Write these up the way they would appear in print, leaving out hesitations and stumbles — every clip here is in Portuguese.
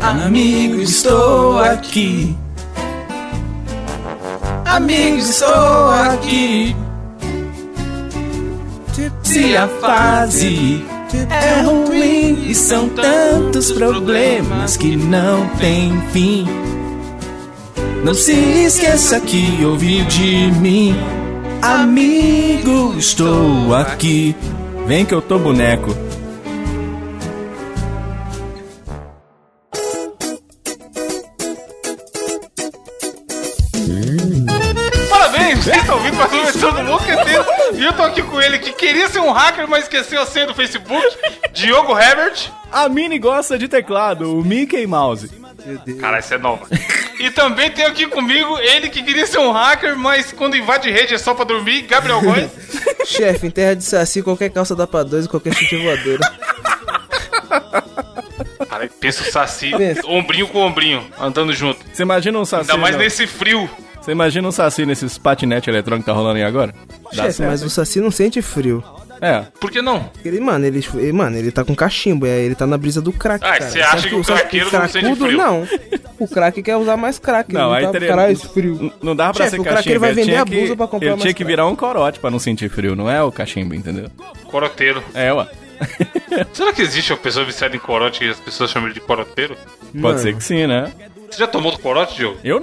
Amigo, estou aqui. Amigo, estou aqui. Se a fase é ruim e são tantos problemas que não tem fim, não se esqueça que ouviu de mim. Amigo, estou aqui. Vem que eu tô boneco. Vocês estão ouvindo mais uma edição do Mosqueteiro e eu tô aqui com ele que queria ser um hacker, mas esqueceu a senha do Facebook, Diogo Herbert. A Mini gosta de teclado, o Mickey Mouse. Cara, essa é nova. E também tem aqui comigo ele que queria ser um hacker, mas quando invade rede é só pra dormir, Gabriel Góes. Chefe, em terra de saci, qualquer calça dá pra 2 e qualquer chute voadora. Cara, pensa o saci, ombrinho com ombrinho, andando junto. Você imagina um saci... Ainda mais nesse frio. Você imagina um saci nesses patinetes eletrônicos que tá rolando aí agora? Chefe, mas o saci não sente frio. É. Por que não? Ele tá com cachimbo, ele tá na brisa do crack, cara. Você acha que o craqueiro não sente frio? Não, o crack quer usar mais crack. Não, aí teria... Caralho, frio. Não dava pra ser cachimbo. O craqueiro vai vender a blusa pra comprar mais. Ele tinha que virar um corote pra não sentir frio, não é o cachimbo, entendeu? Coroteiro. É, ué. Será que existe uma pessoa viciada em corote e as pessoas chamam ele de coroteiro? Pode ser que sim, né? Você já tomou do corote, Diogo? Eu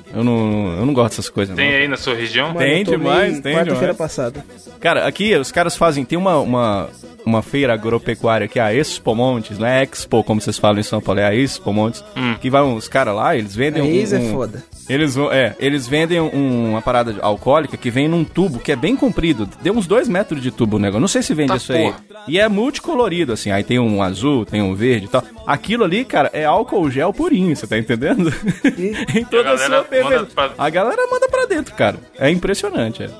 não gosto dessas coisas. Tem não. Aí na sua região? Mano, tem demais, tem quarta-feira demais. passada. Cara, aqui os caras fazem... Tem uma feira agropecuária que é a Expo Montes, não é Expo, como vocês falam em São Paulo, é a Expo Montes. Que vai uns caras lá, eles vendem é foda. Eles vendem uma parada alcoólica que vem num tubo que é bem comprido. Deu uns 2 metros de tubo o negócio. Não sei se vende isso aí. E é multicolorido, assim. Aí tem um azul, tem um verde e tal. Aquilo ali, cara, é álcool gel purinho, você tá entendendo? Em toda a sua beleza. A galera manda pra dentro, cara. É impressionante, é.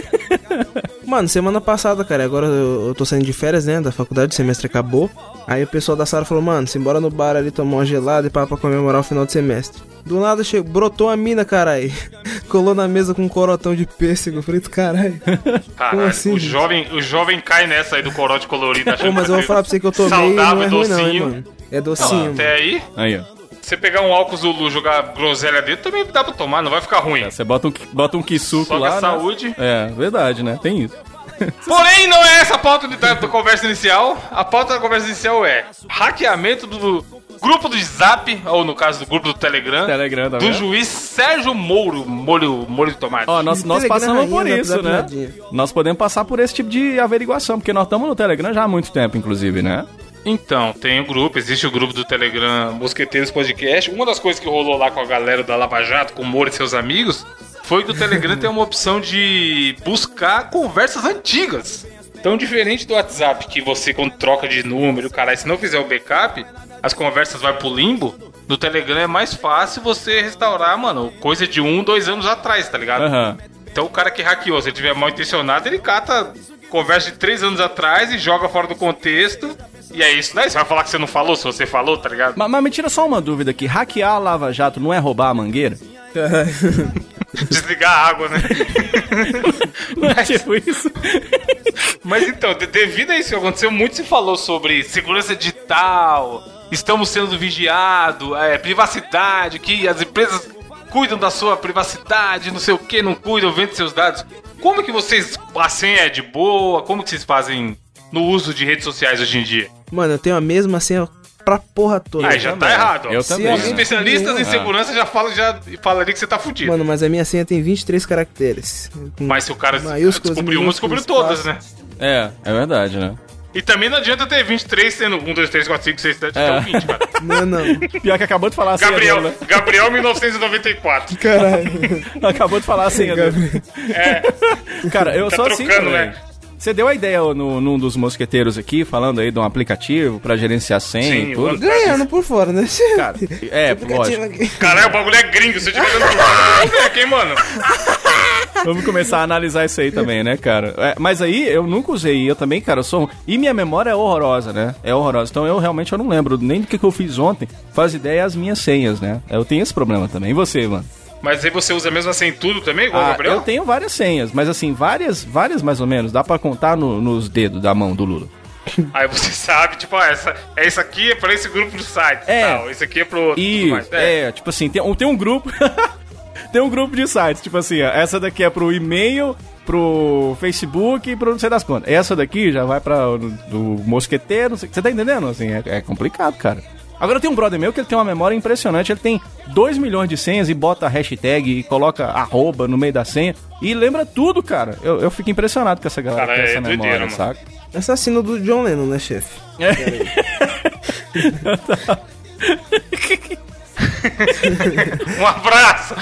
Mano, semana passada, cara, agora eu tô saindo de férias, né, da faculdade, o semestre acabou. Aí o pessoal da sala falou, mano, simbora no bar ali tomar uma gelada e pra comemorar o final de semestre. Do nada brotou a mina, caralho. Colou na mesa com um corotão de pêssego. Eu falei, caralho. Caralho, assim, o jovem cai nessa aí do corote colorido. Pô, mas eu vou falar pra você que eu tomei saudável, não é docinho. ruim não, hein, mano. É docinho. Até aí? Aí, ó. Você pegar um álcool Zulu e jogar groselha dentro, também dá pra tomar, não vai ficar ruim. Você bota um quisuco lá, né? Saúde. É, verdade, né? Tem isso. Porém, não é essa a pauta da conversa inicial. A pauta da conversa inicial é hackeamento do grupo do Zap, ou no caso do grupo do Telegram tá do juiz Sérgio Moro, molho de tomate. Ó, nós passamos por isso, né? Nós podemos passar por esse tipo de averiguação, porque nós estamos no Telegram já há muito tempo, inclusive, né? Então, tem o grupo, existe o grupo do Telegram Mosqueteiros Podcast. Uma das coisas que rolou lá com a galera da Lava Jato, com o Moro e seus amigos, foi que o Telegram tem uma opção de buscar conversas antigas. Então, diferente do WhatsApp, que você, quando troca de número, caralho, se não fizer o backup, as conversas vai pro limbo. No Telegram é mais fácil você restaurar, mano, coisa de 2 anos atrás, tá ligado? Uhum. Então, o cara que hackeou, se ele tiver mal intencionado, ele cata conversa de 3 anos atrás e joga fora do contexto. E é isso, né? Você vai falar que você não falou, se você falou, tá ligado? Mas me tira só uma dúvida aqui. Hackear a Lava Jato não é roubar a mangueira? Desligar a água, né? Não é tipo isso? Mas então, devido a isso que aconteceu, muito se falou sobre segurança digital, estamos sendo vigiados, privacidade, que as empresas cuidam da sua privacidade, não sei o que, não cuidam, vendem seus dados. Como que vocês, a senha é de boa? Como que vocês fazem no uso de redes sociais hoje em dia? Mano, eu tenho a mesma senha pra porra toda. Ah, já tá errado. Eu também. Os especialistas em segurança já falam ali que você tá fudido. Mano, mas a minha senha tem 23 caracteres. Mas se o cara descobriu uma, descobriu todas, né? É verdade, né? E também não adianta ter 23 sendo 1, 2, 3, 4, 5, 6, 7, até o 20, cara. Não. Pior que acabou de falar a senha dele, né? Gabriel 1994. Caralho. Acabou de falar a senha dele. Cara, eu tá sou trocando, assim também. né? Você deu a ideia num dos mosqueteiros aqui, falando aí de um aplicativo pra gerenciar senha e tudo? Ganhando por fora, né? Cara, lógico. Caralho, o bagulho é gringo. Se eu tiver dando por fora, quem, mano? Vamos começar a analisar isso aí também, né, cara? Mas aí, eu nunca usei. Eu também, cara, eu sou... E minha memória é horrorosa, né? É horrorosa. Então, eu realmente não lembro nem do que eu fiz ontem. Faz ideia as minhas senhas, né? Eu tenho esse problema também. E você, mano? Mas aí você usa a mesma senha em tudo também, igual o Gabriel? Eu tenho várias senhas, mas assim, várias mais ou menos. Dá pra contar nos dedos da mão do Lula. Aí você sabe, tipo, esse aqui é pra esse grupo do site, tal, esse aqui é pro outro. Tipo assim, tem um grupo... tem um grupo de sites, tipo assim, ó, essa daqui é pro e-mail, pro Facebook e pro não sei das quantas. Essa daqui já vai pra do mosqueteiro, você tá entendendo? Assim, é complicado, cara. Agora tem um brother meu que ele tem uma memória impressionante, ele tem 2 milhões de senhas e bota hashtag e coloca @ no meio da senha e lembra tudo, cara. Eu fico impressionado com essa galera, cara, com essa memória, doideira, saca? Assassino do John Lennon, né, chefe? Um abraço!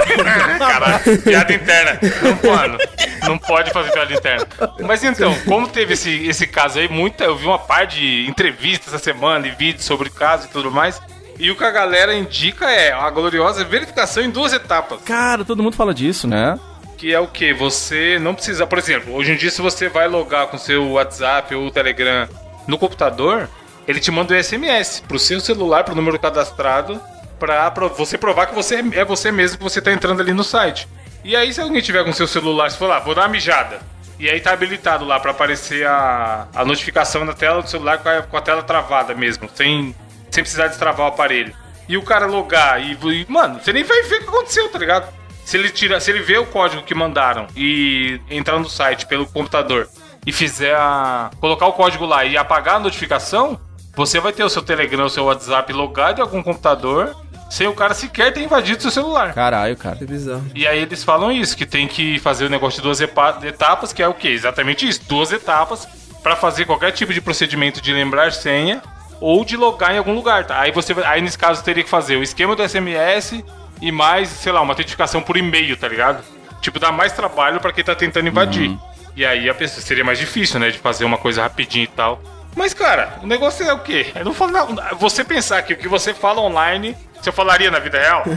Caralho, piada interna. Mano, não pode fazer piada interna. Mas então, como teve esse caso aí, eu vi uma par de entrevistas essa semana e vídeos sobre o caso e tudo mais. E o que a galera indica é a gloriosa verificação em 2 etapas. Cara, todo mundo fala disso, né? Que é o quê? Você não precisa... Por exemplo, hoje em dia, se você vai logar com seu WhatsApp ou Telegram no computador, ele te manda um SMS pro seu celular, pro número cadastrado, pra você provar que você é você mesmo, que você tá entrando ali no site. E aí, se alguém tiver com seu celular, você for lá, vou dar uma mijada, e aí tá habilitado lá pra aparecer a notificação na tela do celular com a tela travada mesmo, sem precisar destravar o aparelho. E o cara logar e mano, você nem vai ver o que aconteceu, tá ligado? Se ele vê o código que mandaram e entrar no site pelo computador e colocar o código lá e apagar a notificação, você vai ter o seu Telegram, o seu WhatsApp logado em algum computador sem o cara sequer ter invadido seu celular. Caralho, cara. É bizarro. E aí eles falam isso, que tem que fazer o negócio de 2 etapas, que é o quê? Exatamente isso, 2 etapas para fazer qualquer tipo de procedimento de lembrar senha ou de logar em algum lugar, tá? Aí nesse caso teria que fazer o esquema do SMS e mais, sei lá, uma autentificação por e-mail, tá ligado? Tipo, dá mais trabalho pra quem tá tentando invadir. E aí a pessoa seria mais difícil, né, de fazer uma coisa rapidinho e tal. Mas, cara, o negócio é o quê? Eu não falo nada. Você pensar que o que você fala online, você falaria na vida real?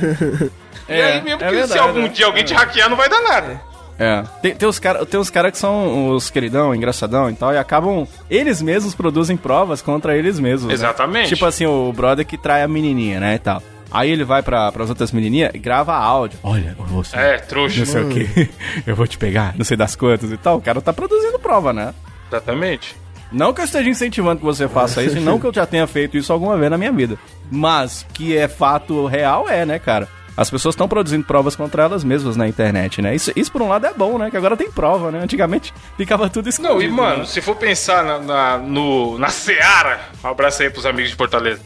E aí mesmo que verdade, se algum dia alguém te hackear, não vai dar nada. Tem uns cara que são os queridão, engraçadão e tal, e acabam... Eles mesmos produzem provas contra eles mesmos. Exatamente. Né? Tipo assim, o brother que trai a menininha, né, e tal. Aí ele vai pras outras menininhas e grava áudio. Olha, você... trouxa. Não sei o quê. Eu vou te pegar, não sei das quantas e tal. O cara tá produzindo prova, né? Exatamente. Não que eu esteja incentivando que você faça isso, e não que eu já tenha feito isso alguma vez na minha vida. Mas que é fato real, né, cara? As pessoas estão produzindo provas contra elas mesmas na internet, né? Isso por um lado é bom, né? Que agora tem prova, né? Antigamente ficava tudo escondido. Não, e mano, né? se for pensar na Seara, um abraço aí pros amigos de Fortaleza,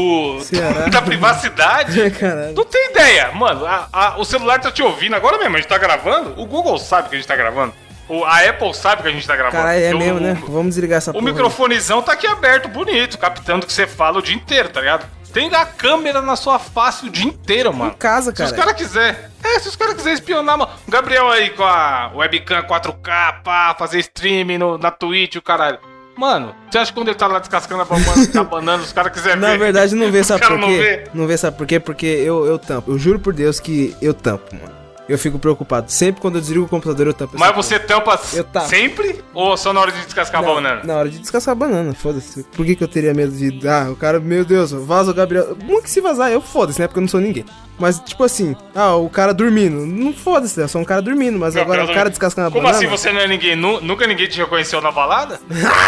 da privacidade, não tem ideia. Mano, o celular tá te ouvindo agora mesmo, a gente tá gravando, o Google sabe que a gente tá gravando. A Apple sabe que a gente tá gravando. Caralho, é mesmo, né? Vamos desligar essa porra. O microfonezão tá aqui aberto, bonito, captando o que você fala o dia inteiro, tá ligado? Tem a câmera na sua face o dia inteiro, mano. Em casa, cara. Se os caras quiserem. Se os caras quiserem espionar, mano. O Gabriel aí com a webcam 4K, pá, fazer streaming na Twitch, o caralho. Mano, você acha que quando ele tá lá descascando a banana, os caras quiserem ver? Na verdade, não vê, sabe por quê? Não vê, sabe por quê? Porque eu tampo. Eu juro por Deus que eu tampo, mano. Eu fico preocupado. Sempre quando eu desligo o computador, eu tampo. Mas você tampa sempre? Ou só na hora de descascar a banana? Na hora de descascar a banana, foda-se. Por que eu teria medo de... o cara, meu Deus, vaza o Gabriel. Como que se vazar? Eu foda-se, né? Porque eu não sou ninguém. Mas, tipo assim, o cara dormindo. Não foda-se, eu sou um cara dormindo. Mas agora o cara descascando a banana... Como assim você não é ninguém? Nunca ninguém te reconheceu na balada?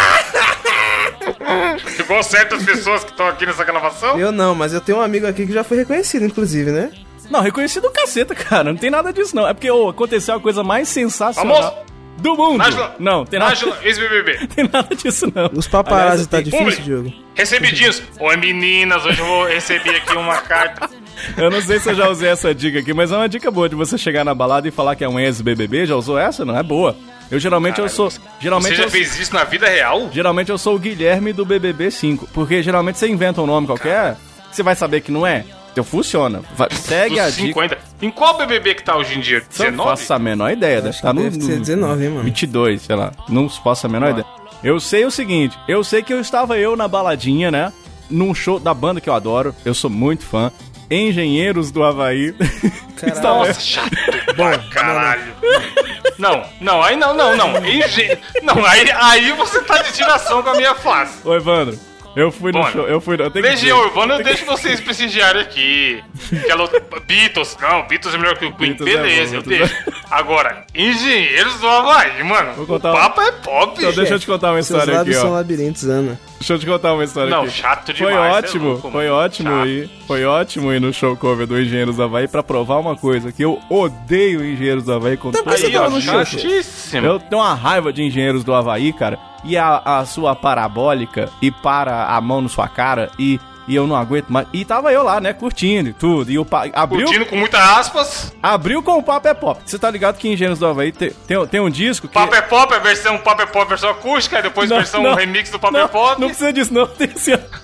Igual certas pessoas que estão aqui nessa gravação? Eu não, mas eu tenho um amigo aqui que já foi reconhecido, inclusive, né? Não, reconhecido o caceta, cara. Não tem nada disso, não. É porque aconteceu a coisa mais sensacional do mundo. Nájila, não, tem nada. Nájila, ex-BBB. Tem nada disso, não. Os paparazzi tá difícil, Diogo. Recebidinhos. Oi, meninas. Hoje eu vou receber aqui uma carta. Eu não sei se eu já usei essa dica aqui, mas é uma dica boa de você chegar na balada e falar que é um ex-BBB. Já usou essa? Não é boa. Você já fez isso na vida real? Geralmente eu sou o Guilherme do BBB 5. Porque geralmente você inventa um nome qualquer, você vai saber que não é. Então funciona. Segue a dica. Ainda. Em qual BBB que tá hoje em dia? 19? Não faço a menor ideia. Deve estar deve ser 19, hein, mano? 22, sei lá. Não faço a menor ideia. Eu sei o seguinte. Eu sei que eu estava na baladinha, né? Num show da banda que eu adoro. Eu sou muito fã. Engenheiros do Havaí. Nossa, chato. Bom, caralho. Não, aí não. Não, aí você tá de tiração com a minha face. Ô, Evandro. Eu fui no show, eu tenho que Legião Urbana eu deixo vocês prestigiarem aqui. Beatles, não, Beatles é melhor que o Queen, beleza, eu deixo. Agora, Engenheiros do Havaí, mano, o papo é pop. Então deixa eu te contar uma história aqui, ó. São labirintos, Ana. Deixa eu te contar uma história aqui. Não, chato demais. Foi ótimo ir no show cover do Engenheiros do Havaí pra provar uma coisa, que eu odeio Engenheiros do Havaí com todo Aí, ó, no show. chatíssimo. Eu tenho uma raiva de Engenheiros do Havaí, cara. E a sua parabólica e para a mão na sua cara e eu não aguento mais. E tava eu lá, né, curtindo e tudo. E abriu... Curtindo com muitas aspas. Abriu com o Papo é Pop. Você tá ligado que Engenheiros do Havaí tem um disco que... Papo é Pop, a versão Papo é Pop, versão acústica, e depois versão remix do Papo é Pop. Não precisa disso, não. Tem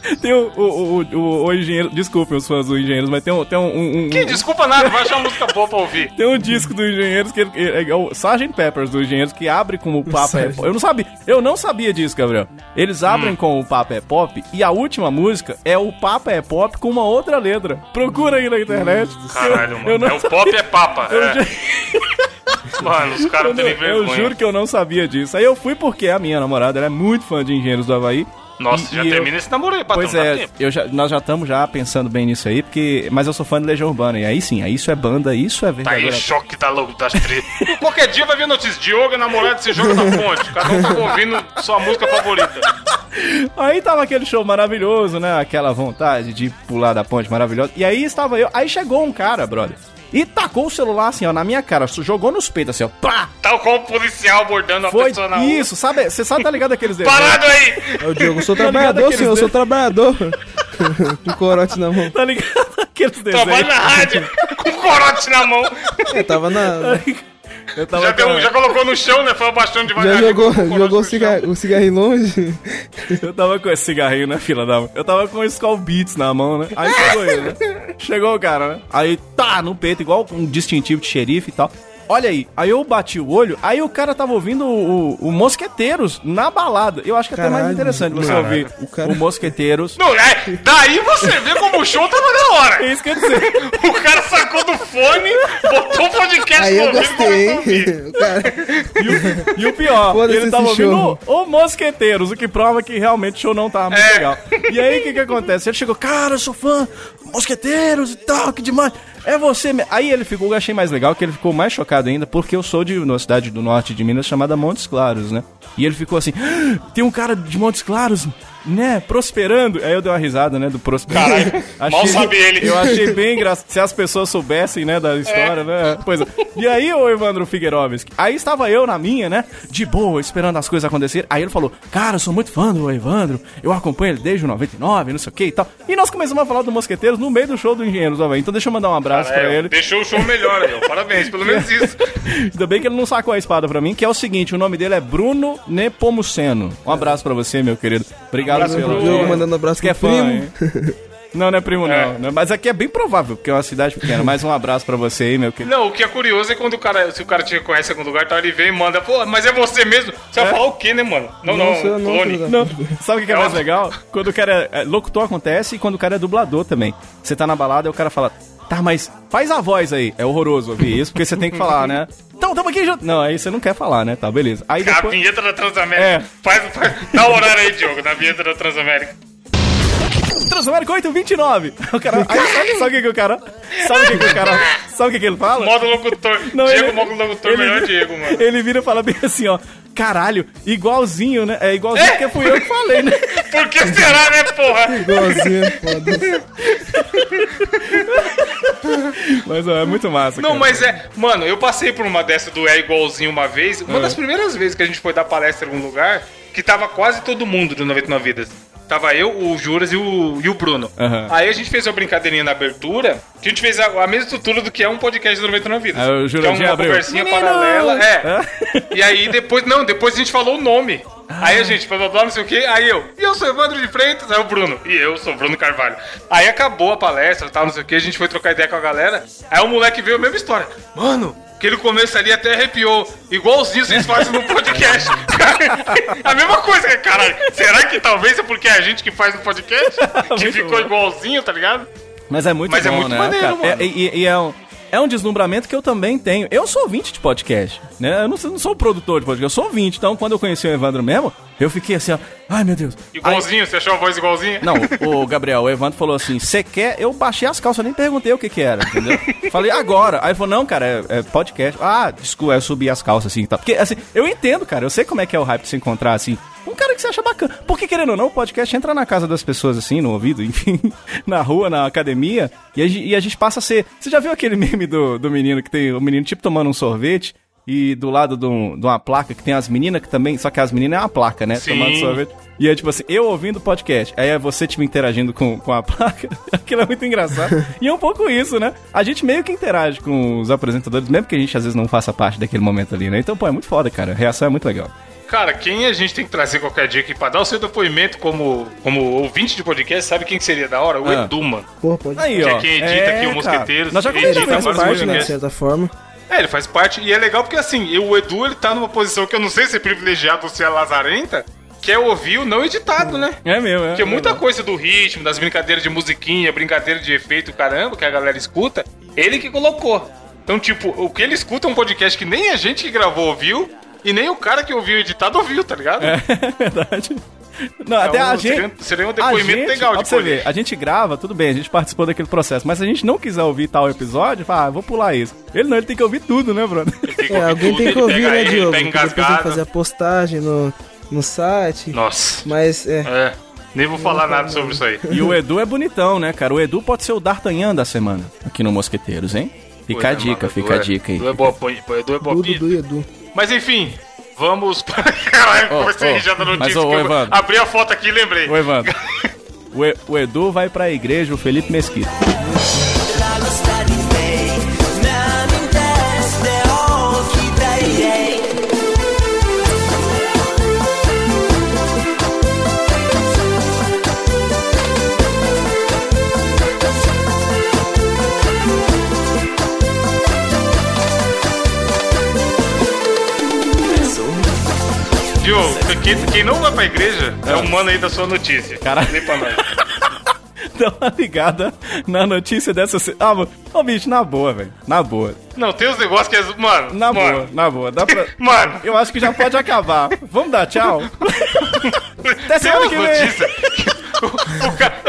o Engenheiro... Desculpem os fãs do Engenheiros, mas tem um... Que desculpa nada, vai achar uma música boa pra ouvir. Tem um disco do Engenheiros que é o Sgt. Peppers do Engenheiros, que abre com o Papo é Pop. Eu não sabia disso, Gabriel. Eles abrem com o Papo é Pop e a última música é o Papo é Pop com uma outra letra. Procura aí na internet. Caralho, mano. É o Pop é Papa. Mano, os caras têm vergonha. Eu juro que eu não sabia disso. Aí eu fui porque a minha namorada ela é muito fã de Engenheiros do Havaí. Nossa, já termina esse namoro aí, patrão. Pois é, nós já estamos pensando bem nisso aí, mas eu sou fã de Legião Urbana. E aí sim, aí isso é banda, isso é verdade. Tá aí choque das três. Qualquer dia vai ver notícia. Diogo é namorado, se joga na ponte. Cada um tá ouvindo sua música favorita. Aí tava aquele show maravilhoso, né? Aquela vontade de pular da ponte maravilhosa. E aí estava eu. Aí chegou um cara, brother. E tacou o celular assim, ó, na minha cara. Jogou nos peitos assim, ó. Pá! Tal qual o policial abordando a pessoa na rua. Isso, sabe? Você sabe, tá ligado aqueles desenhos? Parado aí! É o Diogo, eu sou trabalhador, senhor, eu sou trabalhador. Com corote na mão. Tá ligado aqueles desenhos? Trabalho na rádio, com corote na mão. Eu tava na... Já colocou no chão, né? Foi abaixando devagar. Já jogou o cigarrinho longe. Eu tava com esse cigarrinho na fila da mão. Eu tava com o Skull Beats na mão, né? Aí chegou ele, né? Chegou o cara, né? Aí tá no peito, igual um distintivo de xerife e tal. Olha aí eu bati o olho, aí o cara tava ouvindo o Mosqueteiros na balada. Eu acho que é até mais interessante você ouvir o Mosqueteiros. Não, daí você vê como o show tava na hora. É isso que eu ia dizer. O cara sacou do fone, botou o podcast aí no ouvido e começou a ouvir. E o pior, Foda-se ele tava esse ouvindo o Mosqueteiros, o que prova que realmente o show não tava muito legal. E aí, o que acontece? Ele chegou, cara, eu sou fã, Mosqueteiros e tal, que demais. É você mesmo. Aí ele ficou, eu achei mais legal, que ele ficou mais chocado ainda, porque eu sou de uma cidade do norte de Minas chamada Montes Claros, né? E ele ficou assim, tem um cara de Montes Claros, né, prosperando. Aí eu dei uma risada, né, do prosperando. Caralho, mal sabe ele. Eu achei bem engraçado, se as pessoas soubessem, né, da história, né? Pois é. E aí, ô Evandro Figueirovski, aí estava eu na minha, né, de boa, esperando as coisas acontecerem. Aí ele falou, cara, eu sou muito fã do Evandro, eu acompanho ele desde o 99, não sei o que e tal. E nós começamos a falar do Mosqueteiros no meio do show do Engenheiros do Havaí. Então deixa eu mandar um abraço pra ele. Deixou o show melhor aí, ó. Parabéns, pelo menos isso. Ainda bem que ele não sacou a espada pra mim, que é o seguinte, o nome dele é Bruno Nepomuceno. Um abraço pra você, meu querido. Obrigado pelo... Diogo mandando abraço que é pro fã, primo. hein? Não é primo não. Mas aqui é bem provável, porque é uma cidade pequena. Mais um abraço pra você aí, meu querido. Não, o que é curioso é quando se o cara te reconhece em algum lugar, então ele vem e manda, pô, mas é você mesmo? Você vai falar o quê, né, mano? Não, clone. Não, sabe o que é mais legal? Quando o cara é locutor acontece e quando o cara é dublador também. Você tá na balada e o cara fala, tá, mas faz a voz aí. É horroroso ouvir isso, porque você tem que falar, né? Então, tamo aqui junto. Não, aí você não quer falar, né? Tá, beleza. Aí depois... A vinheta da Transamérica. Faz, dá o horário aí, Diogo, na vinheta da Transamérica. Transamérica 829. O cara, aí, sabe o que o cara... Sabe o que ele fala? Modo locutor. Não, Diego, modo locutor, melhor Diego, mano. Ele vira e fala bem assim, ó. Caralho, igualzinho, né? É igualzinho porque fui eu que falei, né? Por que será, né, porra? Igualzinho, foda-se. Mas é muito massa, Não, cara. mas Mano, eu passei por uma dessa do igualzinho uma vez. Uma das primeiras vezes que a gente foi dar palestra em algum lugar, que tava quase todo mundo do 99 Vidas. Tava eu, o Juras e o Bruno. Uhum. Aí a gente fez uma brincadeirinha na abertura, que a gente fez a mesma estrutura do que é um podcast do 99 Vidas. O Juras que é uma conversinha paralela. E aí depois a gente falou o nome. Aí a gente, blá blá blá, não sei o que, aí e eu sou Evandro de Freitas, aí o Bruno, e eu sou Bruno Carvalho. Aí acabou a palestra, tal, não sei o que, a gente foi trocar ideia com a galera, aí o moleque veio a mesma história. Mano, aquele começo ali até arrepiou, igualzinho vocês fazem no podcast. A mesma coisa, caralho, será que talvez é porque é a gente que faz no podcast? Que ficou igualzinho, tá ligado? Mas é muito bom, muito né, maneiro, cara? mano. é um deslumbramento que eu também tenho. Eu sou ouvinte de podcast, né? Eu não sou produtor de podcast, eu sou ouvinte. Então, quando eu conheci o Evandro mesmo, eu fiquei assim, ó, ai meu Deus. Igualzinho, você achou a voz igualzinha? Não, o Gabriel, o Evandro falou assim, você quer? Eu baixei as calças, eu nem perguntei o que era, entendeu? Falei, agora. Aí ele falou, não, cara, é podcast. Ah, desculpa, eu subi as calças assim e tal. Porque, assim, eu entendo, cara, eu sei como é que é o hype de se encontrar, assim, um cara que você acha bacana. Porque, querendo ou não, o podcast entra na casa das pessoas, assim, no ouvido, enfim, na rua, na academia, e a gente passa a ser... Você já viu aquele meme do menino que tem o menino tipo tomando um sorvete e do lado de uma placa que tem as meninas que também... Só que as meninas é uma placa, né? Sim. Tomando sorvete. E é tipo assim, eu ouvindo o podcast, aí é você tipo interagindo com a placa. Aquilo é muito engraçado. E é um pouco isso, né? A gente meio que interage com os apresentadores, mesmo que a gente às vezes não faça parte daquele momento ali, né? Então, pô, é muito foda, cara. A reação é muito legal. Cara, quem a gente tem que trazer qualquer dia aqui pra dar o seu depoimento como ouvinte de podcast, sabe quem que seria da hora? O Edu, mano. Porra, pode Aí, Que ó. é quem edita aqui o Mosqueteiros. Nós já Ele comentamos edita faz vários parte, né, de podcasts. certa forma. É, ele faz parte. E é legal porque, assim, o Edu, ele tá numa posição que eu não sei se é privilegiado ou se é lazarenta, que é ouvir o não editado, né? É mesmo, é. Porque muita coisa do ritmo, das brincadeiras de musiquinha, brincadeira de efeito, caramba, que a galera escuta, ele que colocou. Então, tipo, o que ele escuta é um podcast que nem a gente que gravou ouviu, e nem o cara que ouviu editado ouviu, tá ligado? É verdade. Não, Então, até a gente... seria um depoimento legal pra de você ver, podcast. a gente grava, tudo bem, a gente participou daquele processo, mas se a gente não quiser ouvir tal episódio, fala, vou pular isso. Ele não, ele tem que ouvir tudo, né, brother? Alguém tem que ouvir, né, Diogo? Tá Porque depois tem que engasgado. fazer a postagem no site. Nossa. Mas, É, nem vou falar nada sobre isso aí. E o Edu é bonitão, né, cara? O Edu pode ser o D'Artagnan da semana aqui no Mosqueteiros, hein? Fica a dica, fica a dica aí. Edu é boa pinta. Dudu e Edu. Mas enfim, vamos para... Caralho, comecei a rir já da mas, notícia. ô, que eu Evandro. abri a foto aqui e lembrei. Ô, Evandro. O Edu vai pra igreja, o Felipe Mesquita. Diogo, quem não vai pra igreja é o mano aí da sua notícia. Caralho. Lê pra nós. Dá uma ligada na notícia dessa... Ah, ô, bicho, na boa, velho. Na boa. Não, tem uns negócios que é... Mano, Na boa. Dá pra... Mano, Eu acho que já pode acabar. Vamos dar tchau? Até tem semana umas que vem. notícias que o cara...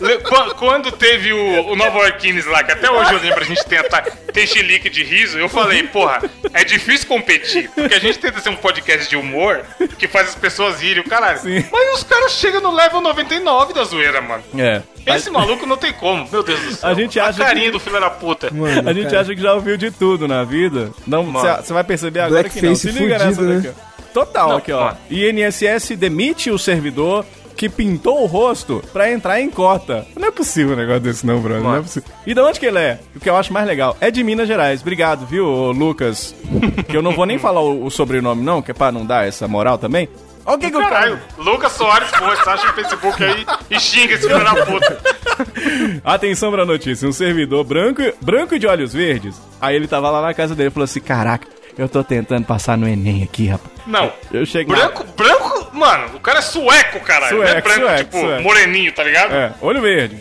Quando teve o Nova Yorkines lá, que até hoje eu lembro, a gente tem chilique de riso, eu falei, porra, é difícil competir, porque a gente tenta ser um podcast de humor que faz as pessoas rirem, o caralho. Sim. Mas os caras chegam no level 99 da zoeira, mano. É. Esse maluco não tem como, meu Deus do céu. A gente acha carinha do filho da puta. Mano, A gente cara. acha que já ouviu de tudo na vida. Não, Mano. você vai perceber agora que não. Se Blackface liga nessa fudido, daqui, ó. Total, Não, aqui, ó. mano. INSS demite o servidor que pintou o rosto pra entrar em cota. Não é possível um negócio desse não, brother. Não é Mano. possível. E de onde que ele é? O que eu acho mais legal. É de Minas Gerais. Obrigado, viu, ô, Lucas? Que eu não vou nem falar o sobrenome não, que é pra não dar essa moral também. Olha o que que o Caralho, cara... Lucas Soares Fortes, acha no Facebook aí e xinga esse filho da puta. Atenção pra notícia. Um servidor branco e de olhos verdes. Aí ele tava lá na casa dele e falou assim, caraca, eu tô tentando passar no Enem aqui, rapaz. Não, Eu chego branco, mano, o cara é sueco, caralho. Não é Sueco, branco, sueco, tipo, sueco. moreninho, tá ligado? É, olho verde.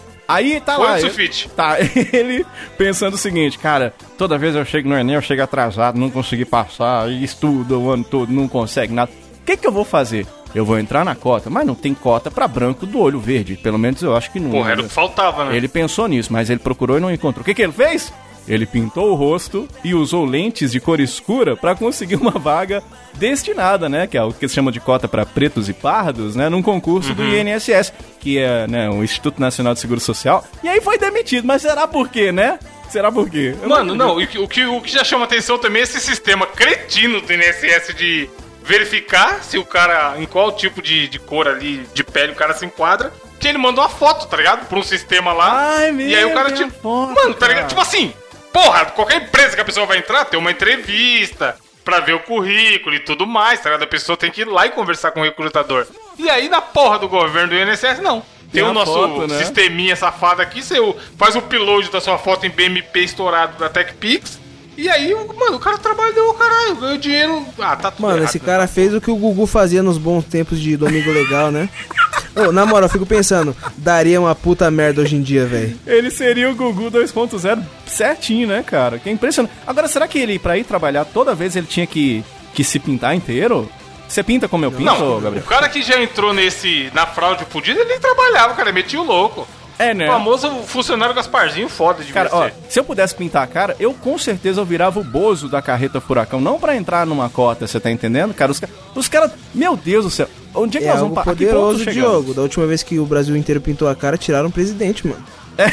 Aí tá Foi lá. o sulfite. Tá, ele pensando o seguinte, cara, toda vez eu chego no Enem, eu chego atrasado, não consegui passar, e estudo o ano todo, não consegue nada. O que eu vou fazer? Eu vou entrar na cota, mas não tem cota pra branco do olho verde. Pelo menos eu acho que não. Porra, era o que faltava, né? Ele pensou nisso, mas ele procurou e não encontrou. O que ele fez? Ele pintou o rosto e usou lentes de cor escura pra conseguir uma vaga destinada, né? Que é o que se chama de cota pra pretos e pardos, né? Num concurso do INSS, que é, né, o Instituto Nacional de Seguro Social. E aí foi demitido, mas será por quê, né? Será por quê? Eu Mano, não, acredito. o que já chama atenção também é esse sistema cretino do INSS de verificar se o cara, em qual tipo de cor ali, de pele o cara se enquadra, que ele mandou a foto, tá ligado? Pra um sistema lá. Ai, e aí o cara, tem a tipo, foto, mano, tá cara. ligado? Tipo assim, porra, qualquer empresa que a pessoa vai entrar, tem uma entrevista pra ver o currículo e tudo mais, tá ligado? A pessoa tem que ir lá e conversar com o recrutador. E aí, na porra do governo do INSS, não. Tem Tem o a nosso foto, né? sisteminha safado aqui, você faz o upload da sua foto em BMP estourado da TechPix. E aí, mano, o cara trabalhou, caralho, ganhou dinheiro. Ah, tá tudo Mano, errado, esse né? cara fez o que o Gugu fazia nos bons tempos de Domingo Legal, né? Ô, na moral, eu fico pensando, daria uma puta merda hoje em dia, velho. Ele seria o Gugu 2.0 certinho, né, cara? Que é impressionante. Agora, será que ele, pra ir trabalhar, toda vez ele tinha que se pintar inteiro? Você pinta como eu pinto, não, Gabriel? O cara que já entrou na fraude fudida, ele nem trabalhava, cara, metia o louco. É, né? O famoso funcionário Gasparzinho foda de cara, ó, se eu pudesse pintar a cara, eu com certeza eu virava o Bozo da carreta furacão. Não pra entrar numa cota, você tá entendendo, cara? Os caras, meu Deus do céu. Onde é que nós vamos parar? Poderoso, Diogo. Da última vez que o Brasil inteiro pintou a cara, tiraram o presidente, mano.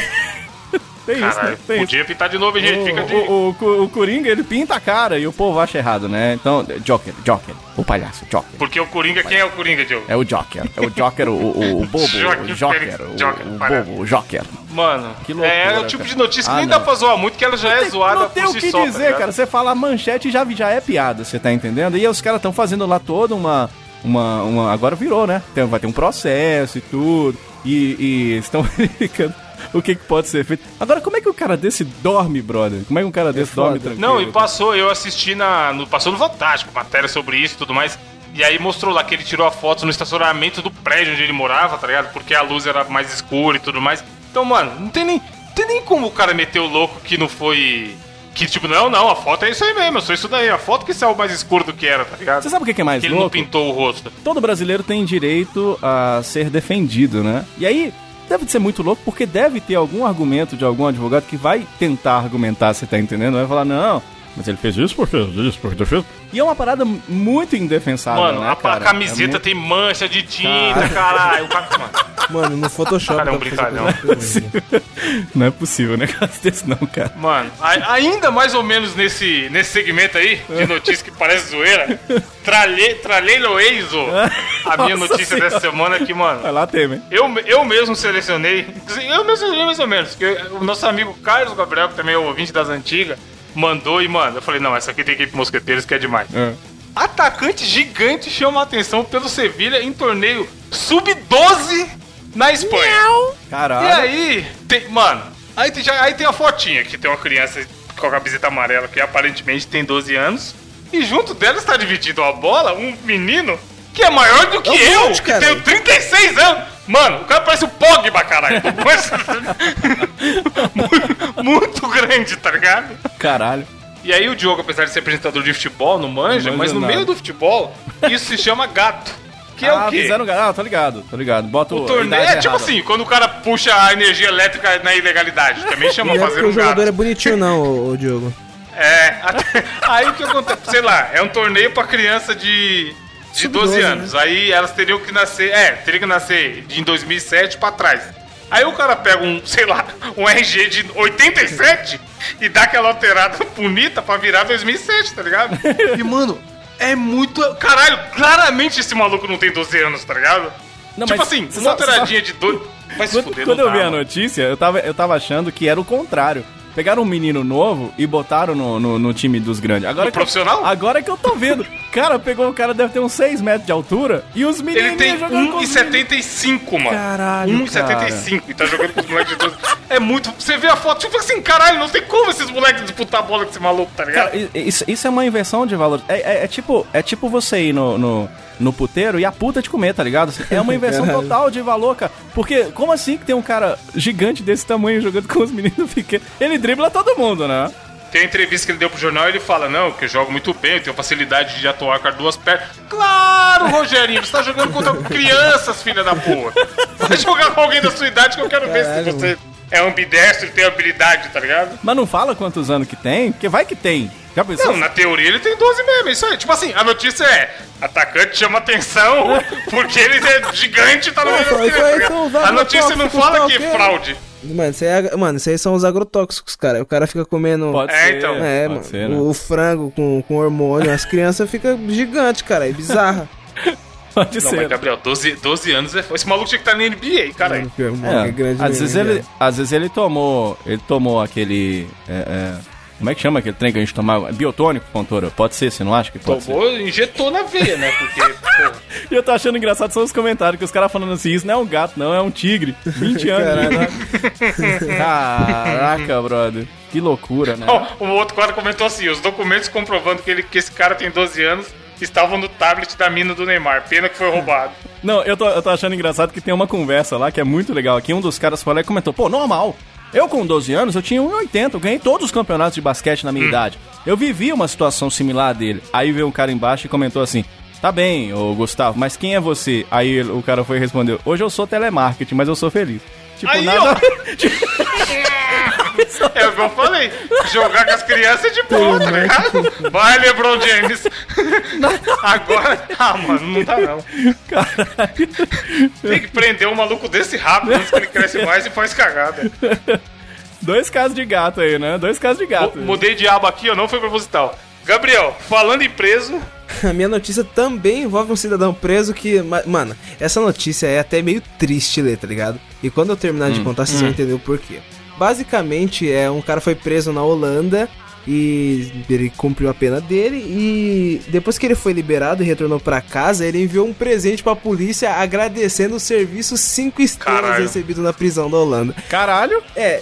Tem isso, né? Tem podia pintar de novo, gente. Fica de... o Coringa, ele pinta a cara e o povo acha errado, né? Então, Joker, o palhaço, Joker. Porque o Coringa, quem é o Coringa, Diogo? É o Joker, o bobo, o Joker, o Joker. Mano, que loucura, é o tipo cara. de notícia que nem dá pra zoar muito, que ela já é zoada por si só. Não tem o que dizer, cara. Você fala manchete já é piada, você tá entendendo? E aí os caras estão fazendo lá toda uma... Agora virou, né? Vai ter um processo e tudo. E estão verificando o que pode ser feito. Agora, como é que o cara desse dorme, brother? Como é que um cara desse dorme tranquilo? Não, e passou, eu assisti passou no Fantástico, matéria sobre isso e tudo mais. E aí mostrou lá que ele tirou a foto no estacionamento do prédio onde ele morava, tá ligado? Porque a luz era mais escura e tudo mais. Então, mano, não tem nem como o cara meter o louco que não foi... Que tipo, não, a foto é isso aí mesmo, eu sou isso daí. A foto que saiu mais escuro do que era, tá ligado? Você sabe o que é mais que louco? Ele não pintou o rosto. Todo brasileiro tem direito a ser defendido, né? E aí, deve ser muito louco, porque deve ter algum argumento de algum advogado que vai tentar argumentar, você tá entendendo? Vai falar, não, mas ele fez isso porque fez. E é uma parada muito indefensável, mano, né, cara? A camiseta tem mancha de tinta, caralho. Mano, no Photoshop. Cara, é um brincalhão. Não é possível, né? Desse não, cara. Mano, ainda mais ou menos nesse segmento aí, de notícia que parece zoeira, tralheiloeizo, a minha notícia dessa semana aqui, mano. Vai lá, Temer. Eu mesmo selecionei, mais ou menos, que o nosso amigo Carlos Gabriel, que também é o ouvinte das antigas, mandou e, mano, eu falei, não, essa aqui tem que ir pro Mosqueteiros, que é demais. Atacante gigante chama a atenção pelo Sevilha em torneio sub-12 na Espanha. Caralho. E aí, mano, aí tem a fotinha que tem uma criança com a camiseta amarela que aparentemente tem 12 anos. E junto dela está dividindo a bola um menino que é maior do que eu, que tenho 36 anos. Mano, o cara parece o Pogba, caralho. muito grande, tá ligado? Caralho. E aí o Diogo, apesar de ser apresentador de futebol, não manja, mas no meio do futebol, isso se chama gato. Que é o quê? Fizeram... tô ligado. Bota o torneio. É tipo assim, quando o cara puxa a energia elétrica na ilegalidade. Também chama fazer um gato. O jogador é bonitinho não, o Diogo. Aí o que acontece? Sei lá, é um torneio pra criança de 12 anos. Né? Aí elas teriam que nascer... teria que nascer em 2007 pra trás. Aí o cara pega um RG de 87 e dá aquela alterada bonita pra virar 2007, tá ligado? E, mano, é muito... Caralho, claramente esse maluco não tem 12 anos, tá ligado? Não, tipo assim, uma alteradinha de 12... Vai se fuder, quando eu vi a notícia, eu tava achando que era o contrário. Pegaram um menino novo e botaram no time dos grandes. Agora profissional? Agora que eu tô vendo. Cara, o cara deve ter uns 6 metros de altura e os meninos. Ele tem 1,75, mano. Caralho. 1,75 e tá jogando com os moleques de 12. É muito. Você vê a foto, tipo assim, caralho, não tem como esses moleques disputar a bola com esse maluco, tá ligado? Cara, isso é uma inversão de valor. É tipo você ir no puteiro e a puta te comer, tá ligado? É uma inversão total de valor, cara. Porque, como assim que tem um cara gigante desse tamanho jogando com os meninos pequenos? Ele dribla todo mundo, né? Tem a entrevista que ele deu pro jornal e ele fala, não, que eu jogo muito bem, eu tenho facilidade de atuar com as duas pernas. Claro, Rogerinho, você tá jogando contra crianças, filha da porra. Vai jogar com alguém da sua idade que eu quero ver se você é ambidestro e tem habilidade, tá ligado? Mas não fala quantos anos que tem, porque vai que tem. Já pensou? Não, na teoria ele tem 12 mesmo, isso aí. Tipo assim, a notícia é, atacante chama atenção porque ele é gigante e tá no meio do time, tá? A notícia não fala que é fraude. Mano, isso aí são os agrotóxicos, cara. O cara fica comendo... Pode ser, então. Pode ser, né? O frango com hormônio, as crianças ficam gigantes, cara. É bizarra. Pode não, ser. Mas, Gabriel, 12 anos é... Esse maluco tinha que estar na NBA, cara. Às vezes ele tomou aquele... como é que chama aquele trem que a gente tomava? Biotônico, Fontoura? Pode ser, você não acha que pode ser? Injetou na veia, né? Porque, porra. E eu tô achando engraçado são os comentários, que os caras falando assim, isso não é um gato, não, é um tigre. 20 anos. Né? Caraca, brother. Que loucura, né? O outro cara comentou assim, os documentos comprovando que esse cara tem 12 anos estavam no tablet da mina do Neymar. Pena que foi roubado. Não, eu tô achando engraçado que tem uma conversa lá que é muito legal. Aqui um dos caras falou e comentou, pô, normal. Eu com 12 anos, eu tinha 1,80, eu ganhei todos os campeonatos de basquete na minha idade. Eu vivi uma situação similar dele. Aí veio um cara embaixo e comentou assim, tá bem, ô Gustavo, mas quem é você? Aí o cara foi responder, hoje eu sou telemarketing, mas eu sou feliz. Tipo, aí, nada... É o que eu falei. Jogar com as crianças é de boa, tá ligado? Vai, LeBron James. Agora... Ah, mano, não dá não. Caralho. Tem que prender um maluco desse rápido antes que ele cresce mais e faz cagada. 2 casos de gato aí, né? 2 casos de gato. Mudei de aba aqui, não foi proposital. Gabriel, falando em preso... A minha notícia também envolve um cidadão preso que... Mano, essa notícia é até meio triste ler, tá ligado? E quando eu terminar de contar, vocês vão entender o porquê. Basicamente, um cara foi preso na Holanda e ele cumpriu a pena dele e depois que ele foi liberado e retornou pra casa, ele enviou um presente pra polícia agradecendo o serviço 5 estrelas recebido na prisão da Holanda. Caralho!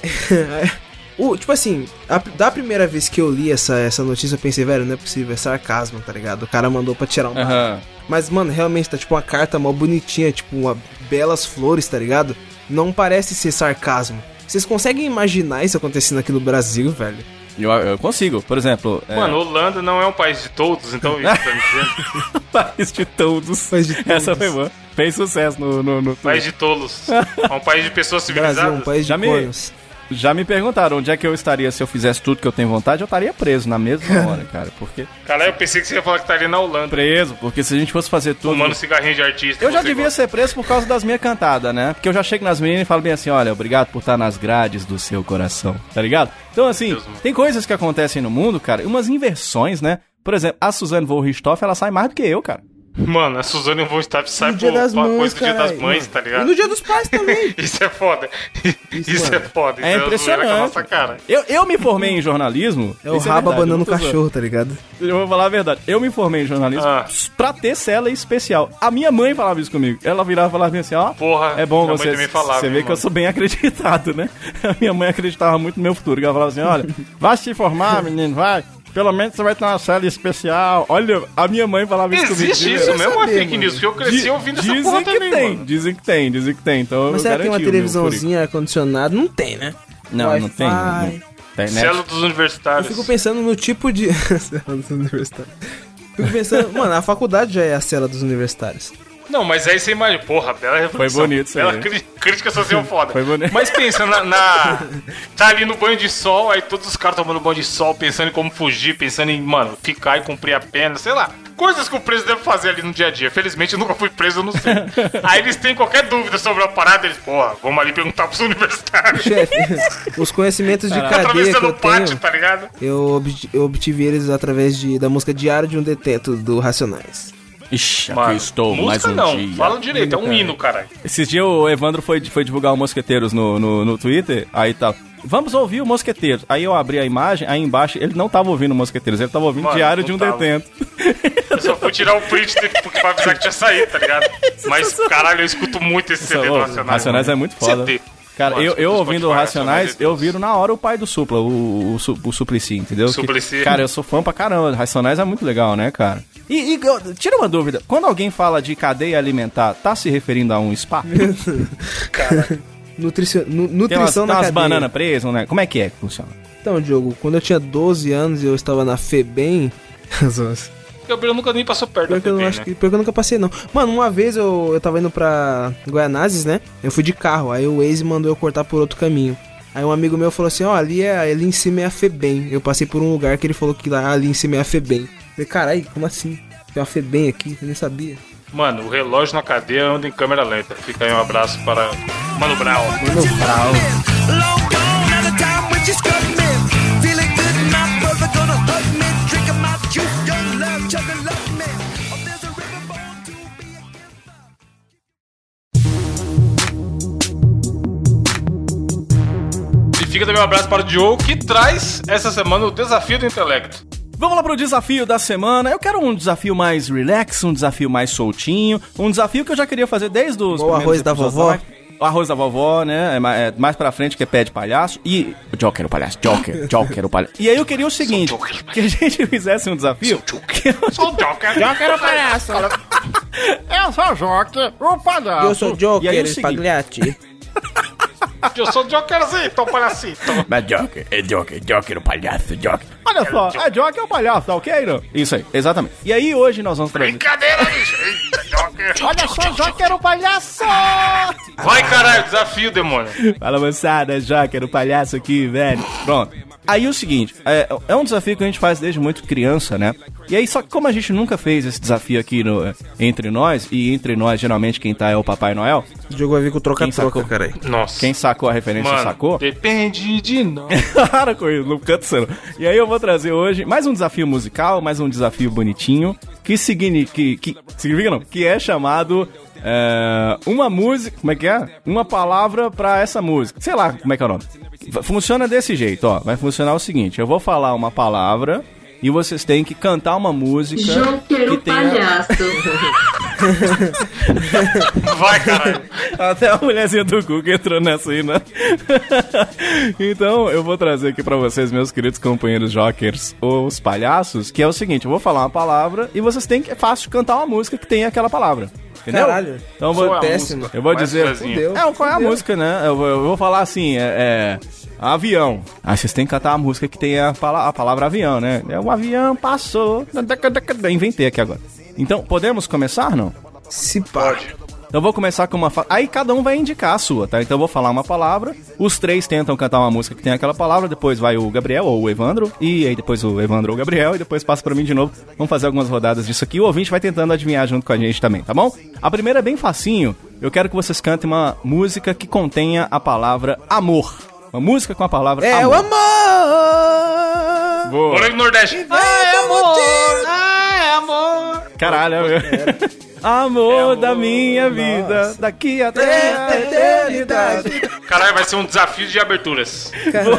Tipo assim, da primeira vez que eu li essa notícia, eu pensei, velho, não é possível, é sarcasmo, tá ligado? O cara mandou pra tirar um barato. Mas, mano, realmente tá tipo uma carta mó bonitinha, tipo belas flores, tá ligado? Não parece ser sarcasmo. Vocês conseguem imaginar isso acontecendo aqui no Brasil, velho? Eu consigo, por exemplo... Mano, Holanda não é um país de todos, então isso tá me dizendo. País de todos. Essa foi boa. Fez sucesso no país de tolos. É um país de pessoas civilizadas. Brasil é um país de cornos. Já me perguntaram onde é que eu estaria se eu fizesse tudo que eu tenho vontade, eu estaria preso na mesma hora, cara, porque... Cara, eu pensei que você ia falar que estaria na Holanda. Preso, porque se a gente fosse fazer tudo... Fumando cigarrinho de artista. Eu já devia ser preso por causa das minhas cantadas, né? Porque eu já chego nas meninas e falo bem assim, olha, obrigado por estar nas grades do seu coração, tá ligado? Então, assim, tem coisas que acontecem no mundo, cara, e umas inversões, né? Por exemplo, a Suzane von Richthofen, ela sai mais do que eu, cara. Mano, a Suzane von Richthofen sai por uma coisa do Dia das Mães, tá ligado? E no Dia dos Pais também. Isso é foda. Isso é foda. É impressionante. Com a nossa cara. Eu me formei em jornalismo. É o rabo abanando o cachorro, tá ligado? Eu vou falar a verdade. Eu me formei em jornalismo pra ter cela especial. A minha mãe falava isso comigo. Ela virava e falava assim, ó. Porra, é bom você vê mano. Que eu sou bem acreditado, né? A minha mãe acreditava muito no meu futuro. Ela falava assim, olha, vai se formar, menino, vai. Pelo menos você vai ter uma série especial. Olha, a minha mãe falava isso comigo. Existe isso mesmo ou é fake news? Porque eu cresci ouvindo essa porra também, mano. Dizem que tem. Então mas será que tem uma televisãozinha ar-condicionado? Não tem, né? Não tem. Célula dos universitários. Eu fico pensando no tipo de... Célula dos universitários. Fico pensando... Mano, a faculdade já é a cela dos universitários. Não, mas aí você imagina, porra, bela revolução. Foi bonito isso aí. Crítica social foda. Foi bonito. Mas pensa tá ali no banho de sol, aí todos os caras tomando banho de sol, pensando em como fugir, pensando em, mano, ficar e cumprir a pena, sei lá. Coisas que o preso deve fazer ali no dia a dia. Felizmente eu nunca fui preso, eu não sei. Aí eles têm qualquer dúvida sobre a parada, eles, porra, vamos ali perguntar pros universitários. Chefe, os conhecimentos de cadeia que eu pátio, tenho, tá ligado? Eu obtive eles através da música Diário de um Detento, do Racionais. Ixi, aqui estou mais um dia. Fala direito, é um hino, caralho. Esses dias o Evandro foi divulgar o Mosqueteiros no Twitter, aí tá... Vamos ouvir o Mosqueteiros. Aí eu abri a imagem, aí embaixo ele não tava ouvindo o Mosqueteiros, ele tava ouvindo Diário de um Detento. Eu só fui tirar o print porque pra avisar que tinha saído, tá ligado? Mas, caralho, eu escuto muito esse CD do Racionais. Racionais é muito foda. CD. Cara, mano, eu ouvindo o Racionais, eu viro na hora o pai do Supla, o Suplicy, entendeu? Suplicy. Cara, eu sou fã pra caramba. Racionais é muito legal, né, cara? E tira uma dúvida, quando alguém fala de cadeia alimentar, tá se referindo a um spa? Cara, nutrição na cadeia. Tem umas bananas presas, né? Como é que funciona? Então, Diogo, quando eu tinha 12 anos e eu estava na FEBEM... Gabriel nunca nem passou perto da FEBEM, né? Pior que eu nunca passei, não. Mano, uma vez eu tava indo pra Guaianazes, né? Eu fui de carro, aí o Waze mandou eu cortar por outro caminho. Aí um amigo meu falou assim, ó, ali em cima é a FEBEM. Eu passei por um lugar que ele falou que ali em cima é a FEBEM. Falei, caralho, como assim? Tem uma FEBEM aqui, eu nem sabia. Mano, o relógio na cadeia anda em câmera lenta. Fica aí um abraço para Mano Brown. Mano Brown. E fica também um abraço para o Diogo, que traz essa semana o Desafio do Intelecto. Vamos lá pro desafio da semana. Eu quero um desafio mais relax, um desafio mais soltinho, um desafio que eu já queria fazer desde os o arroz da vovó. O arroz da vovó, né? É mais pra frente que é pé de palhaço. E o Joker, o palhaço. Joker, o palhaço. E aí eu queria o seguinte, que a gente fizesse um desafio. Sou o Joker. Joker, o palhaço. Eu sou o Joker, o palhaço. Eu sou o Joker, o palhaço. Eu sou Jokerzito, palhacito. Mas Joker, o palhaço, Joker. Olha só, Joker é o palhaço, tá ok? Não? Isso aí, exatamente. E aí hoje nós vamos trazer... Brincadeira, bicho. Eita, Joker. Olha só, Joker, o palhaço! Vai, caralho, desafio, demônio. Fala, moçada, Joker, o palhaço aqui, velho. Pronto. Aí o seguinte, é um desafio que a gente faz desde muito criança, né? E aí, só que como a gente nunca fez esse desafio aqui entre nós, e entre nós, geralmente, quem tá é o Papai Noel. O jogo vai vir com troca-troca, cara. Nossa. Quem sacou a referência, Mano, sacou? Depende de nós. Para com isso, não canta isso não. E aí eu vou trazer hoje mais um desafio musical, mais um desafio bonitinho, que significa não, que é chamado... uma música, como é que é? Uma palavra pra essa música. Sei lá como é que é o nome. Funciona desse jeito, ó. Vai funcionar o seguinte: eu vou falar uma palavra e vocês têm que cantar uma música. Joker, o palhaço. Vai, caralho. Até a mulherzinha do Google entrou nessa aí, né? Então, eu vou trazer aqui pra vocês, meus queridos companheiros Jokers, os palhaços, que é o seguinte: eu vou falar uma palavra e vocês têm que... É fácil cantar uma música que tem aquela palavra. Entendeu? Caralho. Então Qual é a péssimo. música? eu vou Mais dizer. sozinho. Qual é a música, né? Eu vou falar assim, avião. Aí vocês têm que cantar a música que tem a palavra avião, né? O avião passou. Inventei aqui agora. Então, podemos começar, não? Se pode. Então eu vou começar com uma... Aí cada um vai indicar a sua, tá? Então eu vou falar uma palavra, os três tentam cantar uma música que tem aquela palavra, depois vai o Gabriel ou o Evandro, e aí depois o Evandro ou o Gabriel, e depois passa pra mim de novo. Vamos fazer algumas rodadas disso aqui, o ouvinte vai tentando adivinhar junto com a gente também, tá bom? A primeira é bem facinho, eu quero que vocês cantem uma música que contenha a palavra amor. Uma música com a palavra amor. É o amor! Boa. Bora do Nordeste. Ai, amor! Ai, amor. Caralho, é meu. Amor da minha vida, daqui até a eternidade. Caralho, vai ser um desafio de aberturas.